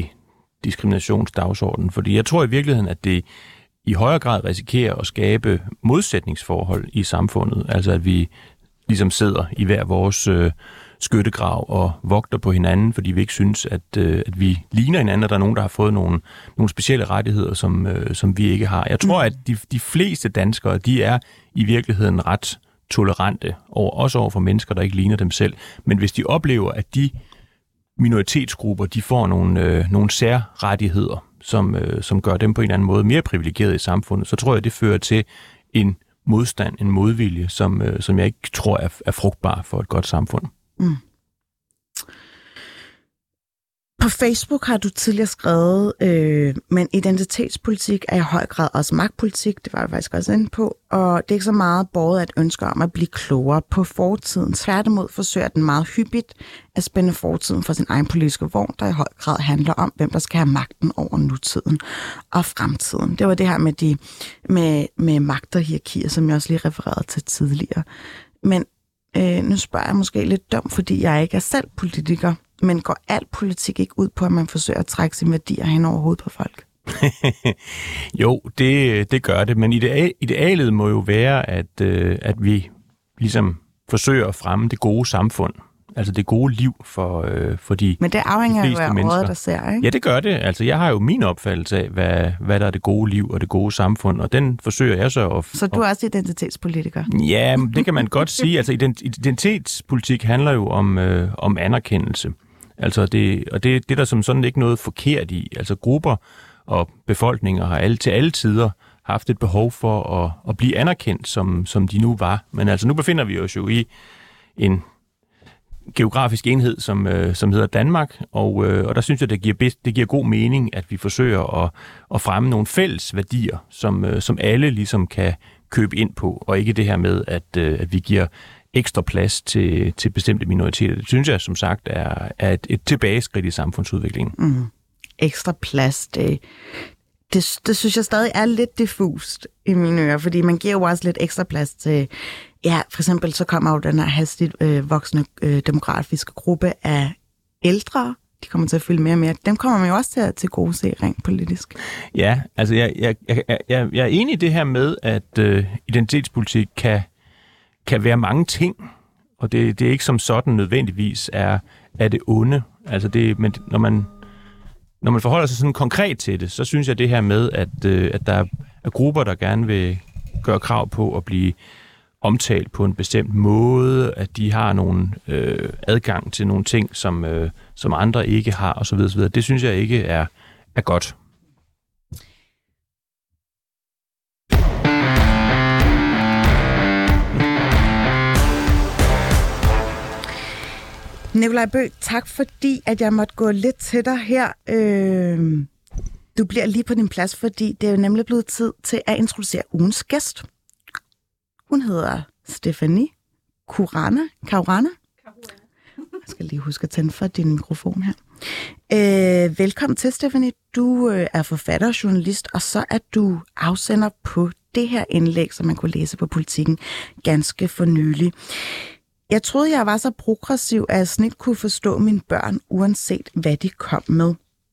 antidiskriminationsdagsorden. Fordi jeg tror i virkeligheden, at det i højere grad risikerer at skabe modsætningsforhold i samfundet. Altså at vi ligesom sidder i hver vores øh, skyttegrav og vogter på hinanden, fordi vi ikke synes, at, øh, at vi ligner hinanden, og der er nogen, der har fået nogle, nogle specielle rettigheder, som, øh, som vi ikke har. Jeg tror, mm. at de, de fleste danskere, de er i virkeligheden ret tolerante, over, også over for mennesker, der ikke ligner dem selv. Men hvis de oplever, at de minoritetsgrupper, de får nogle, øh, nogle særrettigheder, som, øh, som gør dem på en eller anden måde mere privilegerede i samfundet, så tror jeg, det fører til en modstand, en modvilje, som, øh, som jeg ikke tror er, er frugtbar for et godt samfund. Mm. På Facebook har du tidligere skrevet, øh, men identitetspolitik er i høj grad også magtpolitik, det var jeg faktisk også inde på, og det er ikke så meget båret af et ønske om at blive klogere på fortiden. Tværtimod forsøger den meget hyppigt at spænde fortiden for sin egen politiske vogn, der i høj grad handler om, hvem der skal have magten over nutiden og fremtiden. Det var det her med, de, med, med magt og hierarkier, som jeg også lige refererede til tidligere. Men øh, nu spørger jeg måske lidt dumt, fordi jeg ikke er selv politiker. Men går al politik ikke ud på, at man forsøger at trække sine værdier hen over hovedet på folk? Jo, det, det gør det. Men ideal, idealet må jo være, at, øh, at vi ligesom forsøger at fremme det gode samfund. Altså det gode liv for, øh, for de Men det afhænger de jo af øjet, der ser, ikke? Ja, det gør det. Altså jeg har jo min opfattelse af, hvad, hvad der er det gode liv og det gode samfund, og den forsøger jeg så at... Så du er også identitetspolitiker? Ja, det kan man godt sige. Altså identitetspolitik handler jo om, øh, om anerkendelse. Altså det, og det, det er der som sådan ikke noget forkert i. Altså grupper og befolkninger har alle, til alle tider haft et behov for at, at blive anerkendt, som, som de nu var. Men altså nu befinder vi os jo i en geografisk enhed, som, øh, som hedder Danmark, og, øh, og der synes jeg, det giver, bedst, det giver god mening, at vi forsøger at, at fremme nogle fælles værdier, som, øh, som alle ligesom kan købe ind på, og ikke det her med, at, øh, at vi giver ekstra plads til, til bestemte minoriteter. Det synes jeg, som sagt, er, er et, et tilbageskridt i samfundsudviklingen. Mm. Ekstra plads, det, det, det synes jeg stadig er lidt diffust i mine ører, fordi man giver jo også lidt ekstra plads til, ja, for eksempel så kommer jo den her hastigt øh, voksende øh, demografiske gruppe af ældre, de kommer til at fylde mere og mere. Dem kommer man jo også til at til gode se rent politisk. Ja, altså jeg, jeg, jeg, jeg, jeg er enig i det her med, at øh, identitetspolitik kan kan være mange ting, og det, det er ikke som sådan nødvendigvis er, er det onde. Altså det, men når man, når man forholder sig sådan konkret til det, så synes jeg det her med, at, øh, at der er grupper, der gerne vil gøre krav på at blive omtalt på en bestemt måde, at de har nogle øh, adgang til nogle ting, som, øh, som andre ikke har, osv. osv. Det synes jeg ikke er, er godt. Nikolaj Bøgh, tak fordi, at jeg måtte gå lidt til dig her. Øh, du bliver lige på din plads, fordi det er jo nemlig blevet tid til at introducere ugens gæst. Hun hedder Stephanie Caruana. Caruana? Jeg skal lige huske at tænde for din mikrofon her. Øh, velkommen til, Stephanie. Du øh, er forfatter og journalist, og så er du afsender på det her indlæg, som man kunne læse på Politikken ganske for nylig. Jeg troede, jeg var så progressiv, at jeg snit kunne forstå mine børn, uanset hvad de kom med.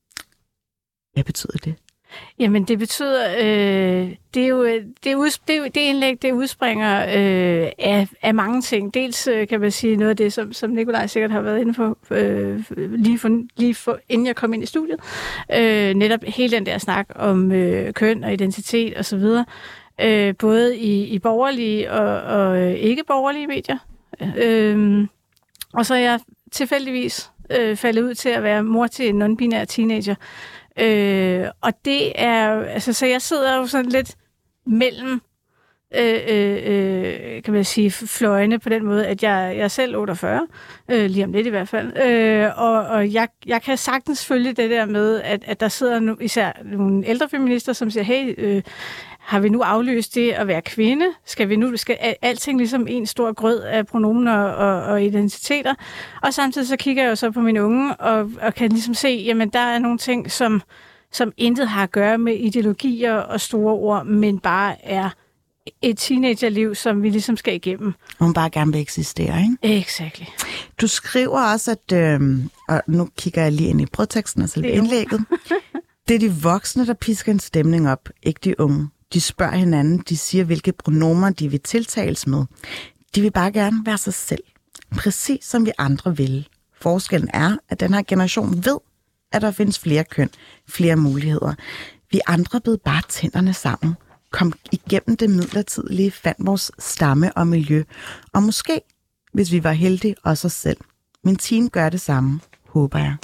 Hvad betyder det? Jamen, det betyder, øh, det er jo det, ud, det, det indlæg, det udspringer øh, af, af mange ting. Dels øh, kan man sige noget af det, som, som Nikolaj sikkert har været inde på, øh, lige, for, lige for, inden jeg kom ind i studiet. Øh, netop hele den der snak om øh, køn og identitet osv., øh, både i, i borgerlige og, og ikke-borgerlige medier. Øh, og så er jeg tilfældigvis øh, faldet ud til at være mor til en non-binær teenager. Øh, og det er, altså, så jeg sidder jo sådan lidt mellem, øh, øh, kan man sige, fløjene på den måde, at jeg, jeg er selv otteogfyrre, øh, lige om lidt i hvert fald, øh, og, og jeg, jeg kan sagtens følge det der med, at, at der sidder nu, især nogle ældre feminister, som siger, hey, øh, har vi nu afløst det at være kvinde? Skal vi nu, skal alting ligesom en stor grød af pronomener og, og identiteter? Og samtidig så kigger jeg jo så på mine unge og, og kan ligesom se, jamen der er nogle ting, som, som intet har at gøre med ideologier og store ord, men bare er et teenagerliv, som vi ligesom skal igennem. Og hun bare gerne vil eksistere, ikke? Exakt. Du skriver også, at, øh, og nu kigger jeg lige ind i brødteksten og selve indlægget, det er de voksne, der pisker en stemning op, ikke de unge. De spørger hinanden, de siger, hvilke pronomer de vil tiltales med. De vil bare gerne være sig selv, præcis som vi andre vil. Forskellen er, at den her generation ved, at der findes flere køn, flere muligheder. Vi andre bed bare tænderne sammen, kom igennem det midlertidige, fandt vores stamme og miljø. Og måske, hvis vi var heldige, også os selv. Min teen gør det samme, håber jeg.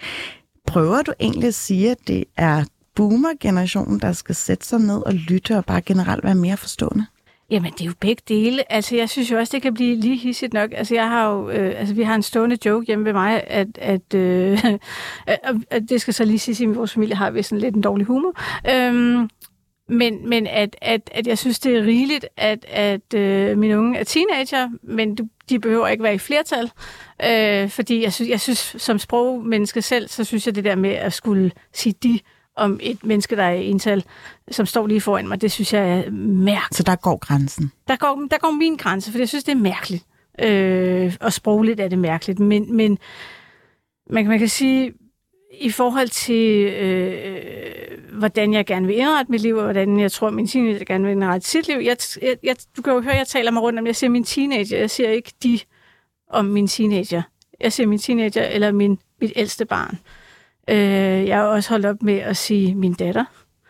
Prøver du egentlig at sige, at det er boomer-generationen, der skal sætte sig ned og lytte og bare generelt være mere forstående? Jamen, det er jo begge dele. Altså, jeg synes jo også, det kan blive lige hissigt nok. Altså, jeg har jo, øh, altså, vi har en stående joke hjemme ved mig, at, at, øh, at det skal så lige sige, at i vores familie har vi sådan lidt en dårlig humor. Øhm, men men at, at, at jeg synes, det er rigeligt, at, at øh, mine unge er teenager, men de behøver ikke være i flertal. Øh, fordi jeg synes, jeg synes, som sprogmenneske selv, så synes jeg det der med at skulle sige de om et menneske, der er i ental, som står lige foran mig, det synes jeg er mærkeligt. Så der går grænsen? Der går, der går min grænse, for jeg synes, det er mærkeligt. Øh, og sprogligt er det mærkeligt. Men, men man, man kan sige, i forhold til, øh, hvordan jeg gerne vil indrette mit liv, og hvordan jeg tror, min teenager gerne vil indrette sit liv. Jeg, jeg, jeg, du kan jo høre, jeg taler mig rundt om, jeg siger min teenager, jeg siger ikke de om min teenager. Jeg siger min teenager eller min, mit ældste barn. Jeg har også holdt op med at sige min datter.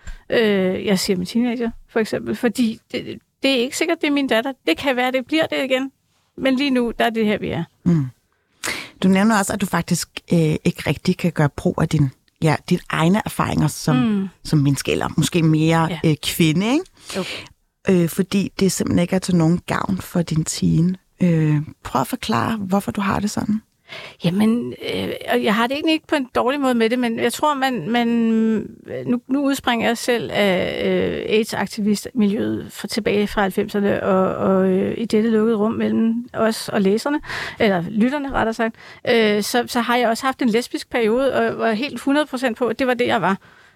Jeg siger min teenager, for eksempel, fordi det, det er ikke sikkert, det er min datter. Det kan være, det bliver det igen. Men lige nu, der er det her, vi er. Mm. Du nævner også, at du faktisk øh, ikke rigtig kan gøre brug af din, ja, dine egne erfaringer som, mm. som menneske, eller måske mere ja. øh, kvinde, ikke? Okay. Øh, fordi det simpelthen ikke er til nogen gavn for din teen. Øh, prøv at forklare, hvorfor du har det sådan. Jamen, øh, jeg har det egentlig ikke på en dårlig måde med det, men jeg tror, man, man nu, nu udspringer jeg selv af øh, AIDS-aktivistmiljøet fra, tilbage fra halvfemserne, og, og øh, i dette lukkede rum mellem os og læserne, eller lytterne rettere sagt, øh, så, så har jeg også haft en lesbisk periode, og var helt hundrede procent på, at det var det, jeg var.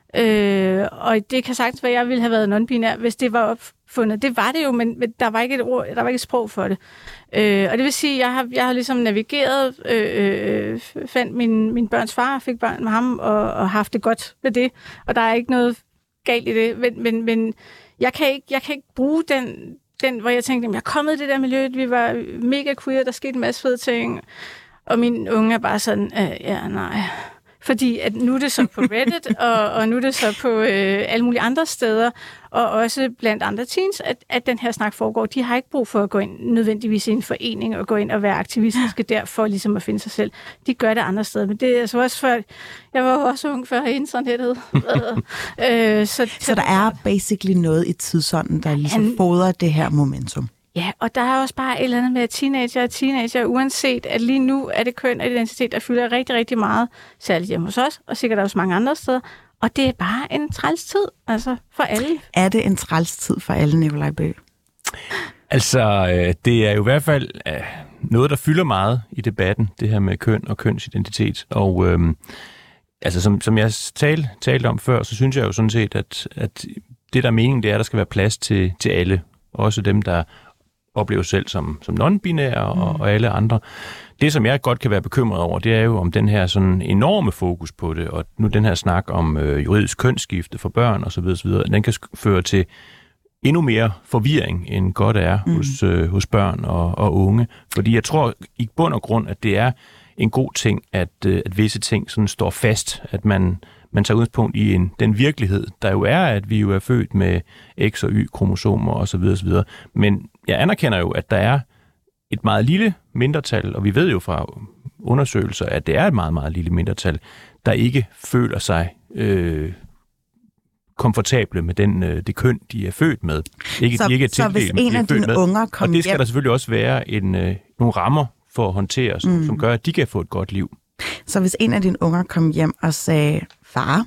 Øh, og det kan sagtens være, at jeg ville have været non-binær, hvis det var opfundet. Det var det jo, men, men der var ikke et ord, der var ikke et sprog for det. Øh, og det vil sige, at jeg har, jeg har ligesom navigeret, øh, fandt min, min børns far, fik børn med ham, og, og haft det godt med det. Og der er ikke noget galt i det. Men, men, men jeg, kan ikke, jeg kan ikke bruge den, den, hvor jeg tænkte, at jeg er kommet i det der miljø, vi var mega queer, der skete en masse fede ting. Og min unge er bare sådan, øh, ja, nej. Fordi at nu er det så på Reddit, og, og nu er det så på øh, alle mulige andre steder, og også blandt andre teens, at, at den her snak foregår. De har ikke brug for at gå ind nødvendigvis i en forening og gå ind og være aktivistiske der for ligesom at finde sig selv. De gør det andre steder, men det er altså også før, jeg var jo også ung før internettet. øh, så, så, så der er basically noget i tidsånden, der ligesom han, fodrer det her momentum? Ja, og der er også bare et eller andet med teenager og teenager, uanset at lige nu er det køn og identitet, der fylder rigtig, rigtig meget, særligt hjemme hos os, og sikkert også mange andre steder. Og det er bare en træls tid, altså for alle. Er det en træls tid for alle, Nikolaj Bøgh? Altså, det er jo i hvert fald noget, der fylder meget i debatten, det her med køn og kønsidentitet. Og øhm, altså, som, som jeg talte, talte om før, så synes jeg jo sådan set, at, at det, der er meningen, det er, at der skal være plads til, til alle. Også dem, der oplever selv som, som non-binære og, mm. og alle andre. Det, som jeg godt kan være bekymret over, det er jo om den her sådan enorme fokus på det, og nu den her snak om øh, juridisk kønsskifte for børn osv., osv., den kan føre til endnu mere forvirring, end godt er mm. hos, øh, hos børn og, og unge. Fordi jeg tror i bund og grund, at det er en god ting, at, øh, at visse ting sådan står fast, at man, man tager udgangspunkt i en, den virkelighed, der jo er, at vi jo er født med X og Y-kromosomer osv. osv. Men jeg anerkender jo, at der er et meget lille mindretal, og vi ved jo fra undersøgelser, at det er et meget, meget lille mindretal, der ikke føler sig øh, komfortable med den, øh, det køn, de er født med. Ikke, så, de ikke er så hvis en af dine unger kom Og det skal hjem... der selvfølgelig også være en, øh, nogle rammer for at håndtere, som, mm. som gør, at de kan få et godt liv. Så hvis en af dine unger kom hjem og sagde, far,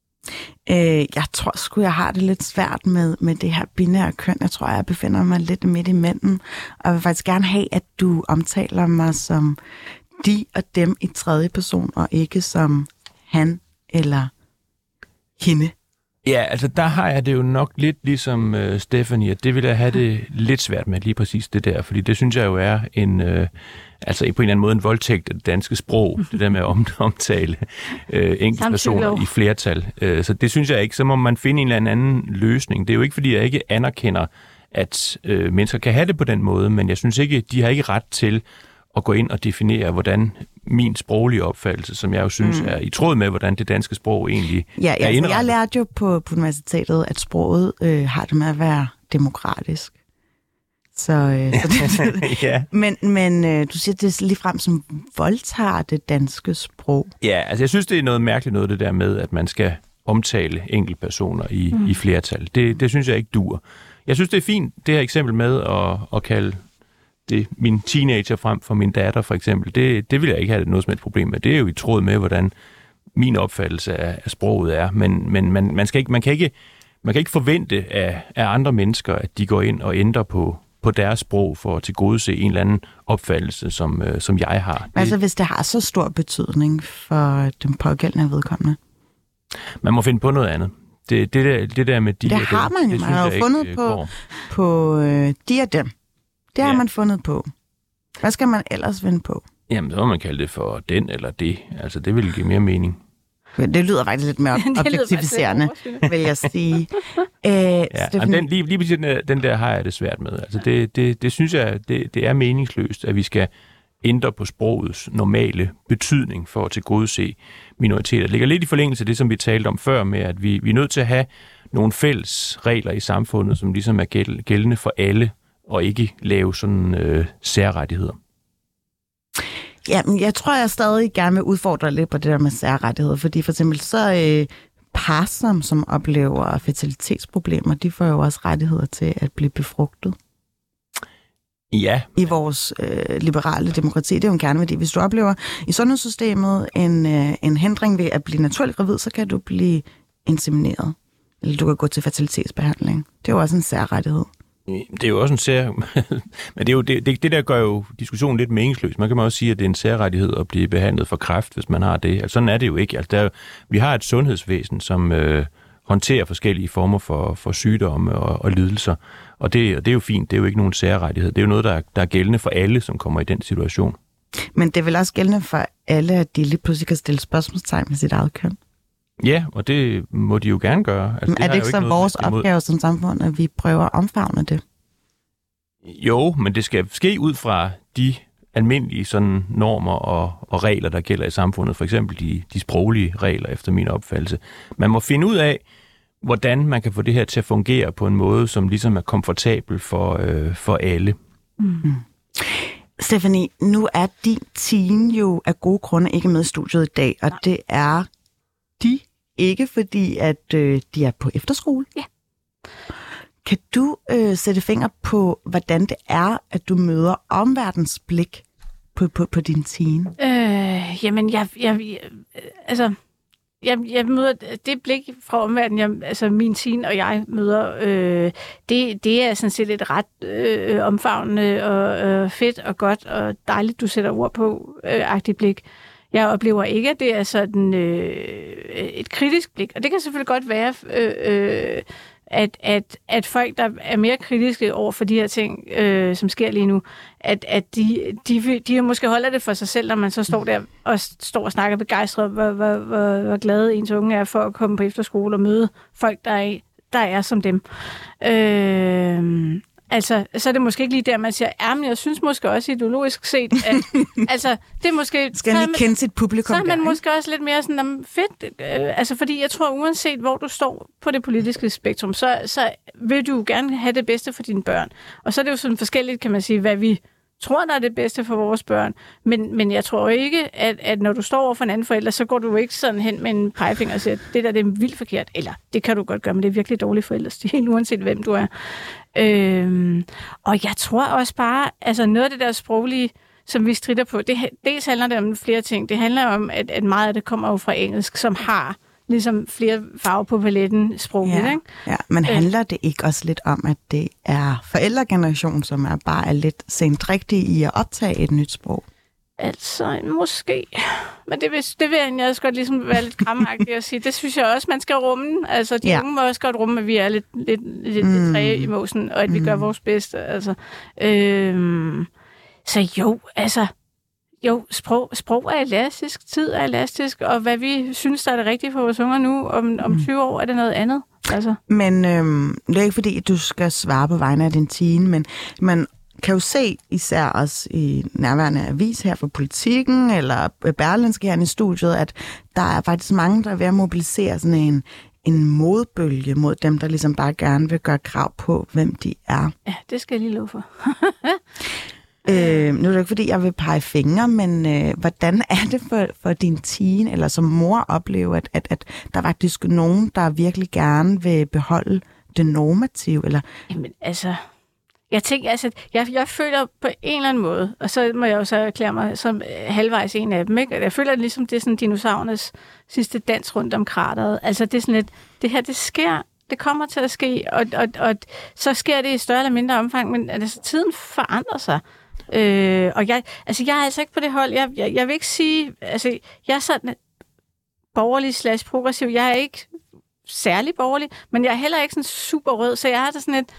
øh, jeg tror sgu, jeg har det lidt svært med, med det her binære køn. Jeg tror, jeg befinder mig lidt midt i midten. Og jeg vil faktisk gerne have, at du omtaler mig som de og dem i tredje person, og ikke som han eller hende. Ja, altså der har jeg det jo nok lidt ligesom uh, Stephanie, at det vil jeg have det lidt svært med, lige præcis det der, fordi det synes jeg jo er en, uh, altså på en eller anden måde en voldtægt af det danske sprog, det der med at om, omtale uh, enkelte personer i flertal. Uh, så det synes jeg ikke, så må man finde en eller anden løsning. Det er jo ikke, fordi jeg ikke anerkender, at uh, mennesker kan have det på den måde, men jeg synes ikke, de har ikke ret til at gå ind og definere, hvordan min sproglige opfattelse, som jeg jo synes mm. er i tråd med, hvordan det danske sprog egentlig ja, er altså, indrettet. Jeg lærte jo på, på universitetet, at sproget øh, har det med at være demokratisk. Så, øh, så det, ja. Men, men øh, du siger, det er ligefrem som voldtager det danske sprog. Ja, altså jeg synes, det er noget mærkeligt noget, det der med, at man skal omtale enkeltpersoner i, mm. i flertal. Det, det synes jeg ikke duer. Jeg synes, det er fint, det her eksempel med at, at kalde det min teenager frem for min datter, for eksempel. Det, det vil jeg ikke have noget som et problem med. Det er jo i tråd med, hvordan min opfattelse af, af sproget er. Men, men man, man, skal ikke, man, kan ikke, man kan ikke forvente af, af andre mennesker, at de går ind og ændrer på, på deres sprog for at tilgodese en eller anden opfattelse, som, øh, som jeg har. Det, altså hvis det har så stor betydning for den pågældende vedkommende? Man må finde på noget andet. Det, det, der, det der med de det har man jo. Man har jo fundet ikke, på, på øh, de og dem. Det har ja. man fundet på. Hvad skal man ellers vende på? Jamen, så må man kalde det for den eller det. Altså, det vil give mere mening. Det lyder faktisk lidt mere objektificerende, vil jeg sige. Æh, ja, den, lige, lige præcis den, den der har jeg det svært med. Altså, det, det, det synes jeg, det, det er meningsløst, at vi skal ændre på sprogets normale betydning for at tilgodese minoriteter. Det ligger lidt i forlængelse af det, som vi talte om før, med at vi, vi er nødt til at have nogle fælles regler i samfundet, som ligesom er gældende for alle, og ikke lave sådan øh, særrettigheder. Ja, men jeg tror, jeg stadig gerne vil udfordre lidt på det der med særrettigheder, fordi for eksempel så øh, par, som, som oplever fertilitetsproblemer, de får jo også rettigheder til at blive befrugtet. Ja. I vores øh, liberale demokrati, det er jo en kerneværdi. Hvis du oplever i sundhedssystemet en, øh, en hindring ved at blive naturligt gravid, så kan du blive insemineret. Eller du kan gå til fertilitetsbehandling. Det er jo også en særrettighed. Det er jo også en sær... Men det, er jo, det, det, det der gør jo diskussionen lidt meningsløs. Man kan også sige, at det er en særrettighed at blive behandlet for kræft, hvis man har det. Altså, sådan er det jo ikke. Altså, der er, vi har et sundhedsvæsen, som øh, håndterer forskellige former for, for sygdomme og, og lidelser. Og det, og det er jo fint. Det er jo ikke nogen særrettighed. Det er jo noget, der, der er gældende for alle, som kommer i den situation. Men det er vel også gældende for alle, at de lige pludselig kan stille spørgsmålstegn med sit eget køn? Ja, og det må de jo gerne gøre. Altså, Men er det, det ikke så ikke vores opgave som samfund, at vi prøver at omfavne det? Jo, men det skal ske ud fra de almindelige sådan, normer og, og regler, der gælder i samfundet. For eksempel de, de sproglige regler, efter min opfattelse. Man må finde ud af, hvordan man kan få det her til at fungere på en måde, som ligesom er komfortabel for, øh, for alle. Mm. Stephanie, nu er din teen jo af gode grunde ikke med i studiet i dag, og det er de ikke, fordi at øh, de er på efterskole. Ja. Kan du øh, sætte finger på, hvordan det er, at du møder omverdens blik på, på, på din teen? Øh, jamen, jeg, jeg, jeg, altså, jeg, jeg møder det blik fra omverdenen, jeg, altså min teen og jeg møder, øh, det, det er sådan set et ret øh, omfavnende og øh, fedt og godt og dejligt, du sætter ord på, øh, agtigt blik. Jeg oplever ikke, at det er sådan øh, et kritisk blik, og det kan selvfølgelig godt være, øh, øh, at, at, at folk, der er mere kritiske over for de her ting, øh, som sker lige nu, at, at de, de, de måske holder det for sig selv, når man så står der og står og snakker begejstret, hvor, hvor, hvor, hvor glade ens unge er for at komme på efterskole og møde folk, der er, der er som dem. Øh, altså, så er det måske ikke lige der, man siger, ja, men jeg synes måske også ideologisk set, at altså, det er måske... Skal man ikke kende sit publikum? Så er man der, måske også lidt mere sådan, fedt, øh, altså fordi jeg tror, uanset hvor du står på det politiske spektrum, så, så vil du gerne have det bedste for dine børn. Og så er det jo sådan forskelligt, kan man sige, hvad vi tror, der er det bedste for vores børn. Men, men jeg tror ikke, at, at når du står over for en anden forælder, så går du ikke sådan hen med en pegefinger og siger, det der det er vildt forkert. Eller det kan du godt gøre, men det er virkelig dårlig forældrestil, uanset hvem du er. Øhm, og jeg tror også bare, altså noget af det der sproglige, som vi stritter på, det, dels handler det om flere ting. Det handler om, at, at meget af det kommer jo fra engelsk, som har ligesom flere farver på paletten sprogligt, ja, ikke? Ja, men handler det ikke også lidt om, at det er forældregenerationen, som er bare er lidt sendrigtige i at optage et nyt sprog? Altså, måske. Men det vil, det vil jeg også godt ligesom være lidt kramagtig at sige. Det synes jeg også, man skal rumme. Altså, de ja. unge må også godt rumme, at vi er lidt, lidt, lidt, mm. lidt træge i mosen, og at vi mm. gør vores bedste. Altså, øhm, så jo, altså... Jo, sprog, sprog er elastisk, tid er elastisk, og hvad vi synes, der er det rigtige for vores unger nu, om, om tyve år er det noget andet. Altså. Men øhm, det er ikke fordi, at du skal svare på vegne af din teen, men man kan jo se, især også i nærværende avis her for Politikken, eller Berlingske her i studiet, at der er faktisk mange, der er ved at mobilisere sådan en, en modbølge mod dem, der ligesom bare gerne vil gøre krav på, hvem de er. Ja, det skal jeg lige love for. Øh, nu er det ikke, fordi jeg vil pege fingre, men øh, hvordan er det for, for din teen, eller som mor opleve, at, at, at der er faktisk nogen, der virkelig gerne vil beholde det normative? Eller? Jamen altså, jeg tænker, altså, jeg, jeg føler på en eller anden måde, og så må jeg jo så erklære mig som halvvejs en af dem, ikke? Jeg føler ligesom, det er sådan dinosaurernes sidste dans rundt om krateret. Altså det er sådan lidt, det her, det sker, det kommer til at ske, og, og, og så sker det i større eller mindre omfang, men altså, tiden forandrer sig. Øh, og jeg, altså jeg er altså ikke på det hold. Jeg, jeg, jeg vil ikke sige, altså jeg er sådan borgerlig slash progressiv. Jeg er ikke særlig borgerlig, men jeg er heller ikke sådan super rød, så jeg har det sådan et,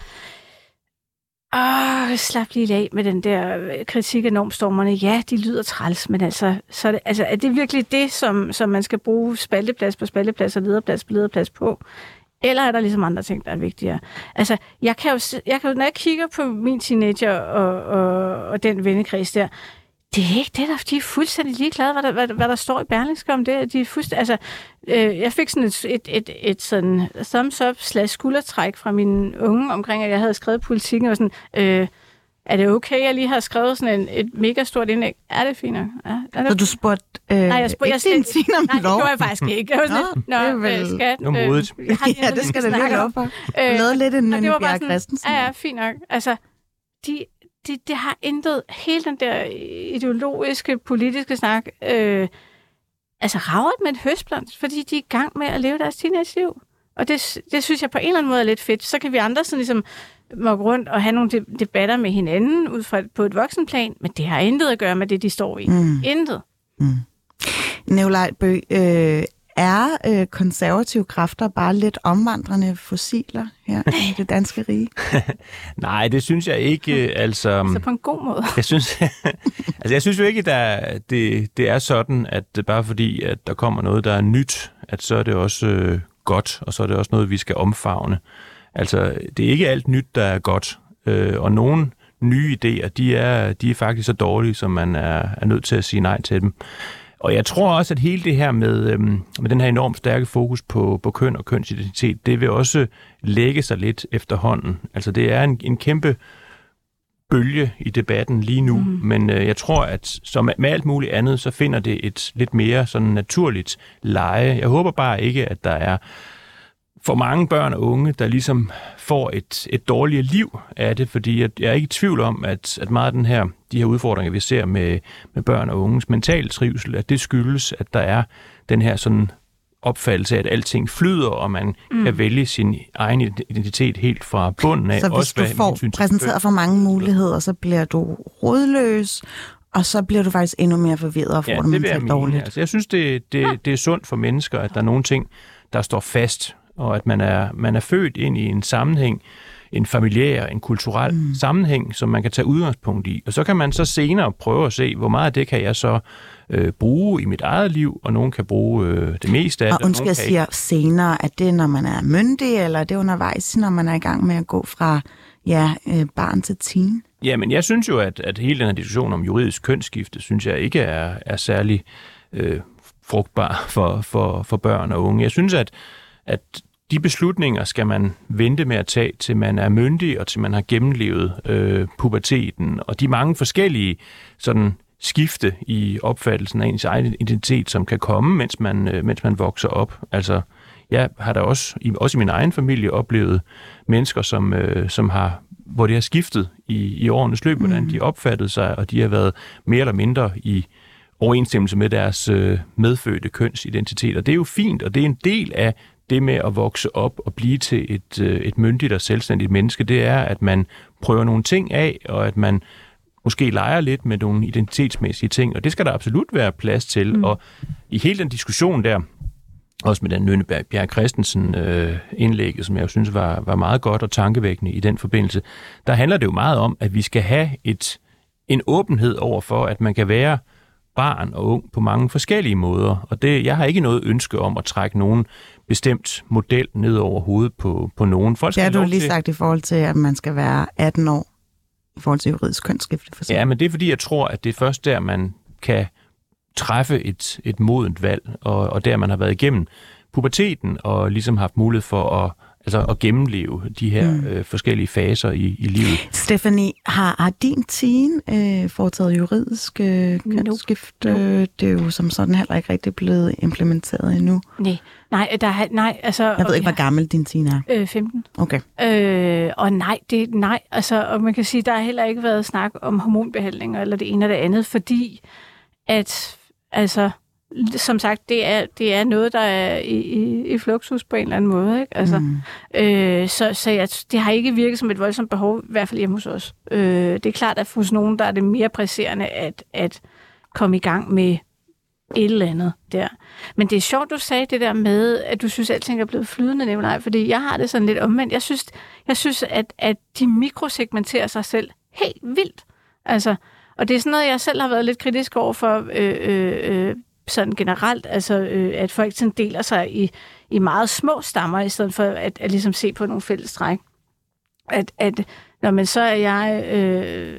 åh, slap lige af med den der kritik af normstormerne. Ja, de lyder træls, men altså, så er, det, altså, er det virkelig det, som, som man skal bruge spalteplads på spalteplads og lederplads på lederplads på? Eller er der ligesom andre ting, der er vigtigere? Altså, jeg kan jo, jeg kan jo når jeg kigger på min teenager og, og, og den vennekreds der, det er ikke det, der de er fuldstændig ligeglade, hvad der, hvad, hvad der står i Berlingske om det. De er fuldstændig, altså, øh, jeg fik sådan et, et, et, et sådan thumbs up slash skuldertræk fra mine unge omkring, at jeg havde skrevet Politikken, og sådan, øh, er det okay, jeg lige har skrevet sådan en, et mega stort indlæg? Er det fint nok? Ja, er det... Så du spurgte øh, nej, jeg spurgte, ikke din teen om nej, lov? Nej, det gjorde jeg faktisk ikke. Jeg var sådan lidt, nå, det er vel... øh, skat. Øh, øh, ja, det skal da virkelig op for. Du lavede lidt en Nynne Bjerg Christensen. Ja, ja, fint nok. Altså, de, de, de har intet, hele den der ideologiske, politiske snak, øh, altså ravet med et høstblomst, fordi de er i gang med at leve deres teenage-liv. Og det, det synes jeg på en eller anden måde er lidt fedt. Så kan vi andre sådan ligesom må gå rundt og have nogle debatter med hinanden ud fra på et voksenplan, men det har intet at gøre med det, de står i. Mm. Intet. Mm. Nikolaj Bøgh, øh, er øh, konservative kræfter bare lidt omvandrende fossiler her i det danske rige? Nej, det synes jeg ikke. Altså, så på en god måde. Jeg synes, altså, jeg synes jo ikke, at det, det er sådan, at det bare fordi, at der kommer noget, der er nyt, at så er det også øh, godt, og så er det også noget, vi skal omfavne. Altså, det er ikke alt nyt, der er godt, øh, og nogle nye idéer, de er, de er faktisk så dårlige, som man er, er nødt til at sige nej til dem. Og jeg tror også, at hele det her med, øhm, med den her enormt stærke fokus på, på køn og kønsidentitet, det vil også lægge sig lidt efterhånden. Altså, det er en, en kæmpe bølge i debatten lige nu, mm. men øh, jeg tror, at som med alt muligt andet, så finder det et lidt mere sådan naturligt leje. Jeg håber bare ikke, at der er for mange børn og unge, der ligesom får et, et dårligere liv af det, fordi jeg, jeg er ikke i tvivl om, at, at meget af den her, de her udfordringer, vi ser med, med børn og unges mentale trivsel, at det skyldes, at der er den her sådan opfattelse af, at alting flyder, og man mm. kan vælge sin egen identitet helt fra bunden af. Så hvis også, du får præsenteret for mange muligheder, så bliver du rådløs, og så bliver du faktisk endnu mere forvirret og får ja, det mentalt dårligt. Altså, jeg synes, det, det, det er sundt for mennesker, at der er nogle ting, der står fast, og at man er, man er født ind i en sammenhæng, en familiær, en kulturel mm. sammenhæng, som man kan tage udgangspunkt i. Og så kan man så senere prøve at se, hvor meget af det kan jeg så øh, bruge i mit eget liv, og nogen kan bruge øh, det meste af og det. Og undskyld, jeg siger ikke... senere, at det er, når man er myndig, eller er det undervejs, når man er i gang med at gå fra ja, øh, barn til teen? Ja, men jeg synes jo, at, at hele den her diskussion om juridisk kønsskifte, synes jeg ikke er, er særlig øh, frugtbar for, for, for børn og unge. Jeg synes, at, at de beslutninger skal man vente med at tage, til man er myndig, og til man har gennemlevet øh, puberteten, og de mange forskellige sådan, skifte i opfattelsen af ens egen identitet, som kan komme, mens man, øh, mens man vokser op. Altså, jeg har da også, også i min egen familie, oplevet mennesker, som, øh, som har, hvor det har skiftet i, i årenes løb, hvordan de opfattede sig, og de har været mere eller mindre i overensstemmelse med deres øh, medfødte kønsidentitet. Og det er jo fint, og det er en del af det med at vokse op og blive til et, øh, et myndigt og selvstændigt menneske, det er, at man prøver nogle ting af, og at man måske leger lidt med nogle identitetsmæssige ting, og det skal der absolut være plads til. Mm. Og i hele den diskussion der, også med den Nynne Bjerg Christensen øh, indlægget, som jeg jo synes var, var meget godt og tankevækkende i den forbindelse, der handler det jo meget om, at vi skal have et, en åbenhed over for, at man kan være barn og ung på mange forskellige måder. Og det, jeg har ikke noget ønske om at trække nogen bestemt model ned over hovedet på, på nogen. Folk det har du lige til... sagt i forhold til, at man skal være atten år i forhold til juridisk kønsskifte. For ja, men det er fordi, jeg tror, at det er først der, man kan træffe et, et modent valg, og, og der man har været igennem puberteten og ligesom haft mulighed for at, altså at gennemleve de her mm. øh, forskellige faser i, i livet. Stephanie, har, har din teen øh, foretaget juridisk øh, kønsskifte? Nope. Det er jo som sådan heller ikke rigtig blevet implementeret endnu. Nej, nej, der er, nej altså... Jeg ved ikke, hvor gammel din teen er. Øh, femten. Okay. Øh, og nej, det nej, altså, og man kan sige, der har heller ikke været snak om hormonbehandlinger eller det ene eller det andet, fordi at, altså... Som sagt, det er, det er noget, der er i, i, i fluxus på en eller anden måde. Ikke? Altså, mm. øh, så så jeg, det har ikke virket som et voldsomt behov, i hvert fald hjemme hos os. Øh, det er klart, at hos nogen, der er det mere presserende at, at komme i gang med et eller andet der. Men det er sjovt, du sagde det der med, at du synes, at alting er blevet flydende, Nikolaj, fordi jeg har det sådan lidt omvendt. Jeg synes, jeg synes at, at de mikrosegmenterer sig selv helt vildt. Altså, og det er sådan noget, jeg selv har været lidt kritisk over for... Øh, øh, sådan generelt, altså øh, at folk sådan deler sig i, i meget små stammer, i stedet for at, at ligesom se på nogle fælles træk. At, at når man så er jeg, øh,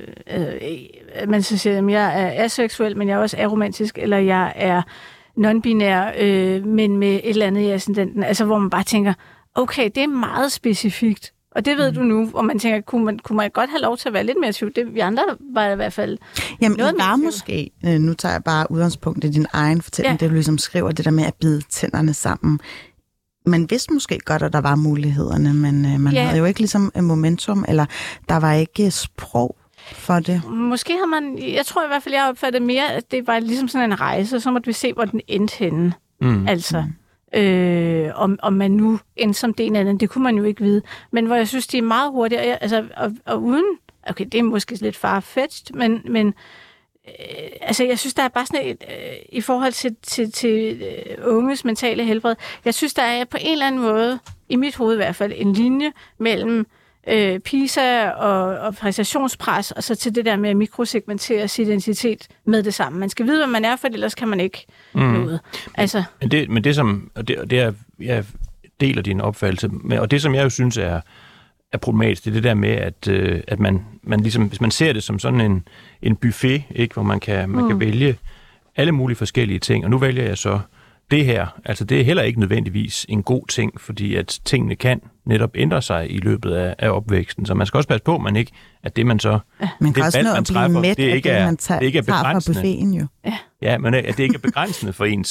øh, man så siger, at jeg er aseksuel, men jeg er også aromantisk, eller jeg er non-binær, øh, men med et eller andet i ascendenten, altså hvor man bare tænker, okay, det er meget specifikt. Og det ved mm. du nu, og man tænker, kunne man, kunne man godt have lov til at være lidt mere tvivl? Det, vi andre var i hvert fald... Jamen, noget I var måske, øh, nu tager jeg bare udgangspunkt i din egen fortælling, ja. Det du ligesom skriver, det der med at bide tænderne sammen. Man vidste måske godt, at der var mulighederne, men øh, man ja. havde jo ikke ligesom momentum, eller der var ikke sprog for det. Måske har man... Jeg tror i hvert fald, jeg opfattede mere, at det var ligesom sådan en rejse, så måtte vi se, hvor den endte henne. Mm. Altså... Mm. Øh, om, om man nu endte som det ene andet, det kunne man jo ikke vide. Men hvor jeg synes, de er meget hurtige, og, jeg, altså, og, og uden, okay, det er måske lidt farfetched, men, men øh, altså, jeg synes, der er bare sådan et, øh, i forhold til, til, til øh, unges mentale helbred, jeg synes, der er på en eller anden måde, i mit hoved i hvert fald, en linje mellem øh, PISA og, og præstationspres, og så til det der med at mikrosegmentere sin identitet med det samme. Man skal vide, hvad man er, for ellers kan man ikke mm. noget. Altså. Men, det, men det som, og det, det er, jeg deler din opfattelse, med, og det som jeg jo synes er, er problematisk, det er det der med, at, øh, at man, man ligesom, hvis man ser det som sådan en, en buffet, ikke, hvor man kan, man mm. kan vælge alle mulige forskellige ting, og nu vælger jeg så det her, altså det er heller ikke nødvendigvis en god ting, fordi at tingene kan netop ændre sig i løbet af, af opvæksten. Så man skal også passe på, at man ikke, at det man så, ja, man det valg, man træffer, det ikke er, det, man tager, det ikke er begrænsende. Buffeten, jo. Ja, ja, men at det ikke er begrænsende for ens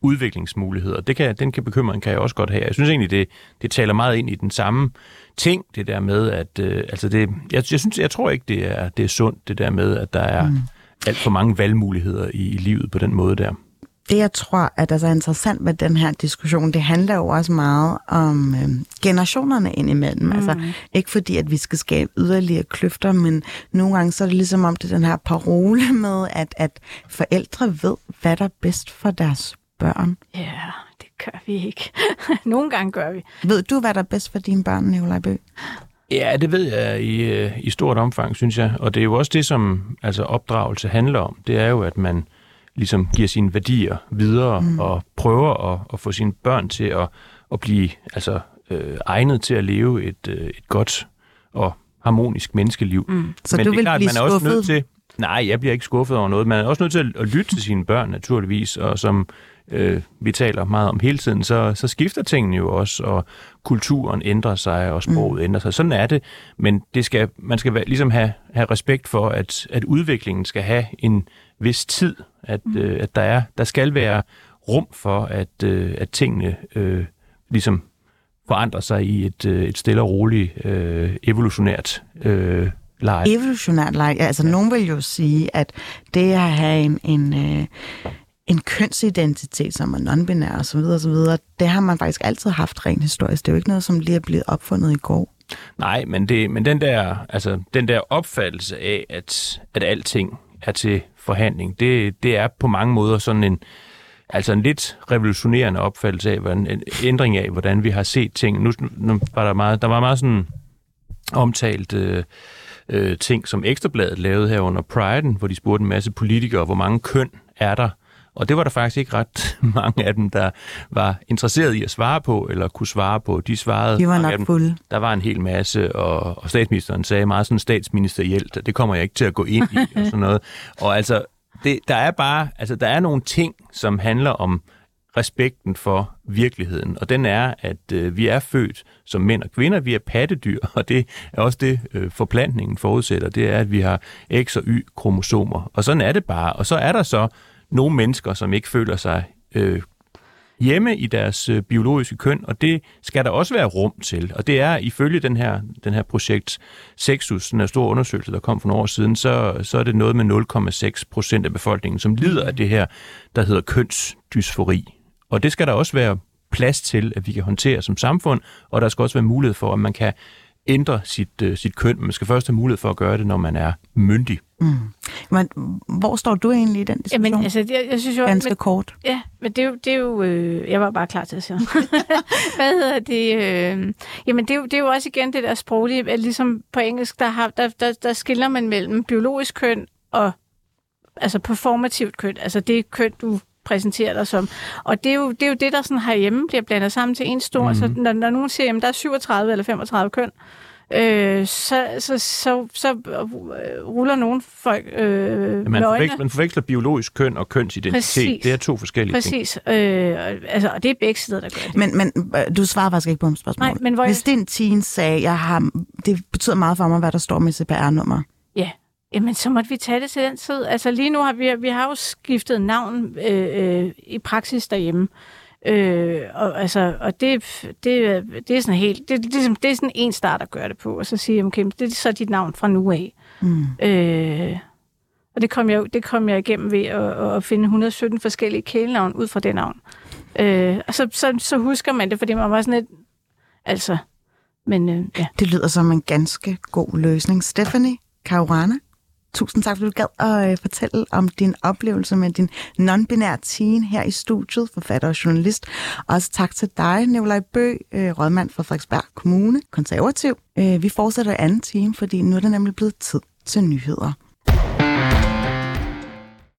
udviklingsmuligheder. Det kan, den kan bekymring kan jeg også godt have. Jeg synes egentlig, det, det taler meget ind i den samme ting, det der med, at øh, altså det, jeg, jeg, synes, jeg tror ikke, det er, det er sundt, det der med, at der er mm. alt for mange valgmuligheder i, i livet på den måde der. Det, jeg tror, at der er interessant med den her diskussion, det handler jo også meget om øh, generationerne indimellem. Mm. Altså, ikke fordi, at vi skal skabe yderligere kløfter, men nogle gange så er det ligesom om det den her parole med, at, at forældre ved, hvad der er bedst for deres børn. Ja, yeah, det gør vi ikke. Nogle gange gør vi. Ved du, hvad der er bedst for dine børn, Nikolaj Bøgh? Ja, det ved jeg i, i stort omfang, synes jeg. Og det er jo også det, som altså, opdragelse handler om. Det er jo, at man ligesom giver sine værdier videre mm. og prøver at, at få sine børn til at, at blive altså, øh, egnet til at leve et, øh, et godt og harmonisk menneskeliv. Mm. Så Men du det er vil klart, blive man er også skuffet? nødt til, nej, jeg bliver ikke skuffet over noget. Man er også nødt til at, at lytte til sine børn, naturligvis, og som øh, vi taler meget om hele tiden, så, så skifter tingene jo også, og kulturen ændrer sig, og sproget mm. ændrer sig. Sådan er det, men det skal, man skal være, ligesom have, have respekt for, at, at udviklingen skal have en vis tid, at, mm. øh, at der, er, der skal være rum for, at, øh, at tingene øh, ligesom forandrer sig i et, øh, et stille og roligt øh, evolutionært øh, leje. Evolutionært leje. Altså, ja. Nogen vil jo sige, at det at have en, en, øh, en kønsidentitet, som er non-binær og så videre, og så videre, det har man faktisk altid haft rent historisk. Det er jo ikke noget, som lige er blevet opfundet i går. Nej, men, det, men den, der, altså, den der opfattelse af, at, at alting er til forhandling, det, det er på mange måder sådan en, altså en lidt revolutionerende opfattelse af, hvordan, en ændring af, hvordan vi har set ting. Nu, nu var der meget, der var meget sådan omtalt øh, øh, ting, som Ekstrabladet lavede her under Pride'en, hvor de spurgte en masse politikere, hvor mange køn er der. Og det var der faktisk ikke ret mange af dem, der var interesseret i at svare på, eller kunne svare på. De svarede. De var nok fulde. Der var en hel masse, og, og statsministeren sagde meget sådan statsministerielt, det kommer jeg ikke til at gå ind i, og sådan noget. Og altså, det, der er bare, altså der er nogle ting, som handler om respekten for virkeligheden, og den er, at øh, vi er født som mænd og kvinder, vi er pattedyr, og det er også det, øh, forplantningen forudsætter, det er, at vi har X og Y-kromosomer, og sådan er det bare. Og så er der så nogle mennesker, som ikke føler sig øh, hjemme i deres øh, biologiske køn, og det skal der også være rum til. Og det er ifølge den her, den her projekt Sexus, den her store undersøgelse, der kom for nogle år siden, så, så er det noget med nul komma seks procent af befolkningen, som lider af det her, der hedder kønsdysfori. Og det skal der også være plads til, at vi kan håndtere som samfund, og der skal også være mulighed for, at man kan ændre sit, øh, sit køn, men man skal først have mulighed for at gøre det, når man er myndig. Mm. Men hvor står du egentlig i den diskussion? Jamen, altså, jeg, jeg synes jo... Ganske men, kort. Ja, men det er jo... Det er jo øh, jeg var bare klar til at sige. Hvad hedder det? Øh, jamen, det er, jo, det er jo også igen det der sproglige, at ligesom på engelsk, der, har, der, der, der skiller man mellem biologisk køn og altså performativt køn. Altså det køn, du præsenterer dig som. Og det er jo det, er jo det der sådan herhjemme bliver blandet sammen til en stor. Mm. Så når, når nogen siger, at der er syvogtredive eller femogtredive køn, øh, så, så, så, så ruller nogle folk øh, man, forveksler, man forveksler biologisk køn og kønsidentitet. Præcis. Det er to forskellige Præcis. ting. Præcis. Øh, altså, og det er begge sider, der gør det. Men, men du svarer faktisk ikke på et spørgsmål. Nej, men hvor Hvis din teen sagde, jeg har, det betyder meget for mig, hvad der står med C P R-nummer. Ja. Jamen, så måtte vi tage det til den tid. Altså lige nu har vi, vi har jo skiftet navn øh, øh, i praksis derhjemme. Øh, og, altså, og det, det, det er sådan helt, det, det, det er sådan en start at gøre det på, og så sige, okay, det er så dit navn fra nu af. Mm. Øh, og det kom, jeg, det kom jeg igennem ved at, at finde et hundrede og sytten forskellige kælenavn ud fra det navn. Øh, og så, så, så husker man det, fordi man var sådan lidt, altså, men øh, ja. Det lyder som en ganske god løsning. Stephanie Caruana, tusind tak, fordi du gad at øh, fortælle om din oplevelse med din non-binære teen her i studiet, forfatter og journalist. Også tak til dig, Nikolaj Bøgh, øh, rådmand for Frederiksberg Kommune, konservativ. Øh, vi fortsætter anden time, fordi nu er det nemlig blevet tid til nyheder.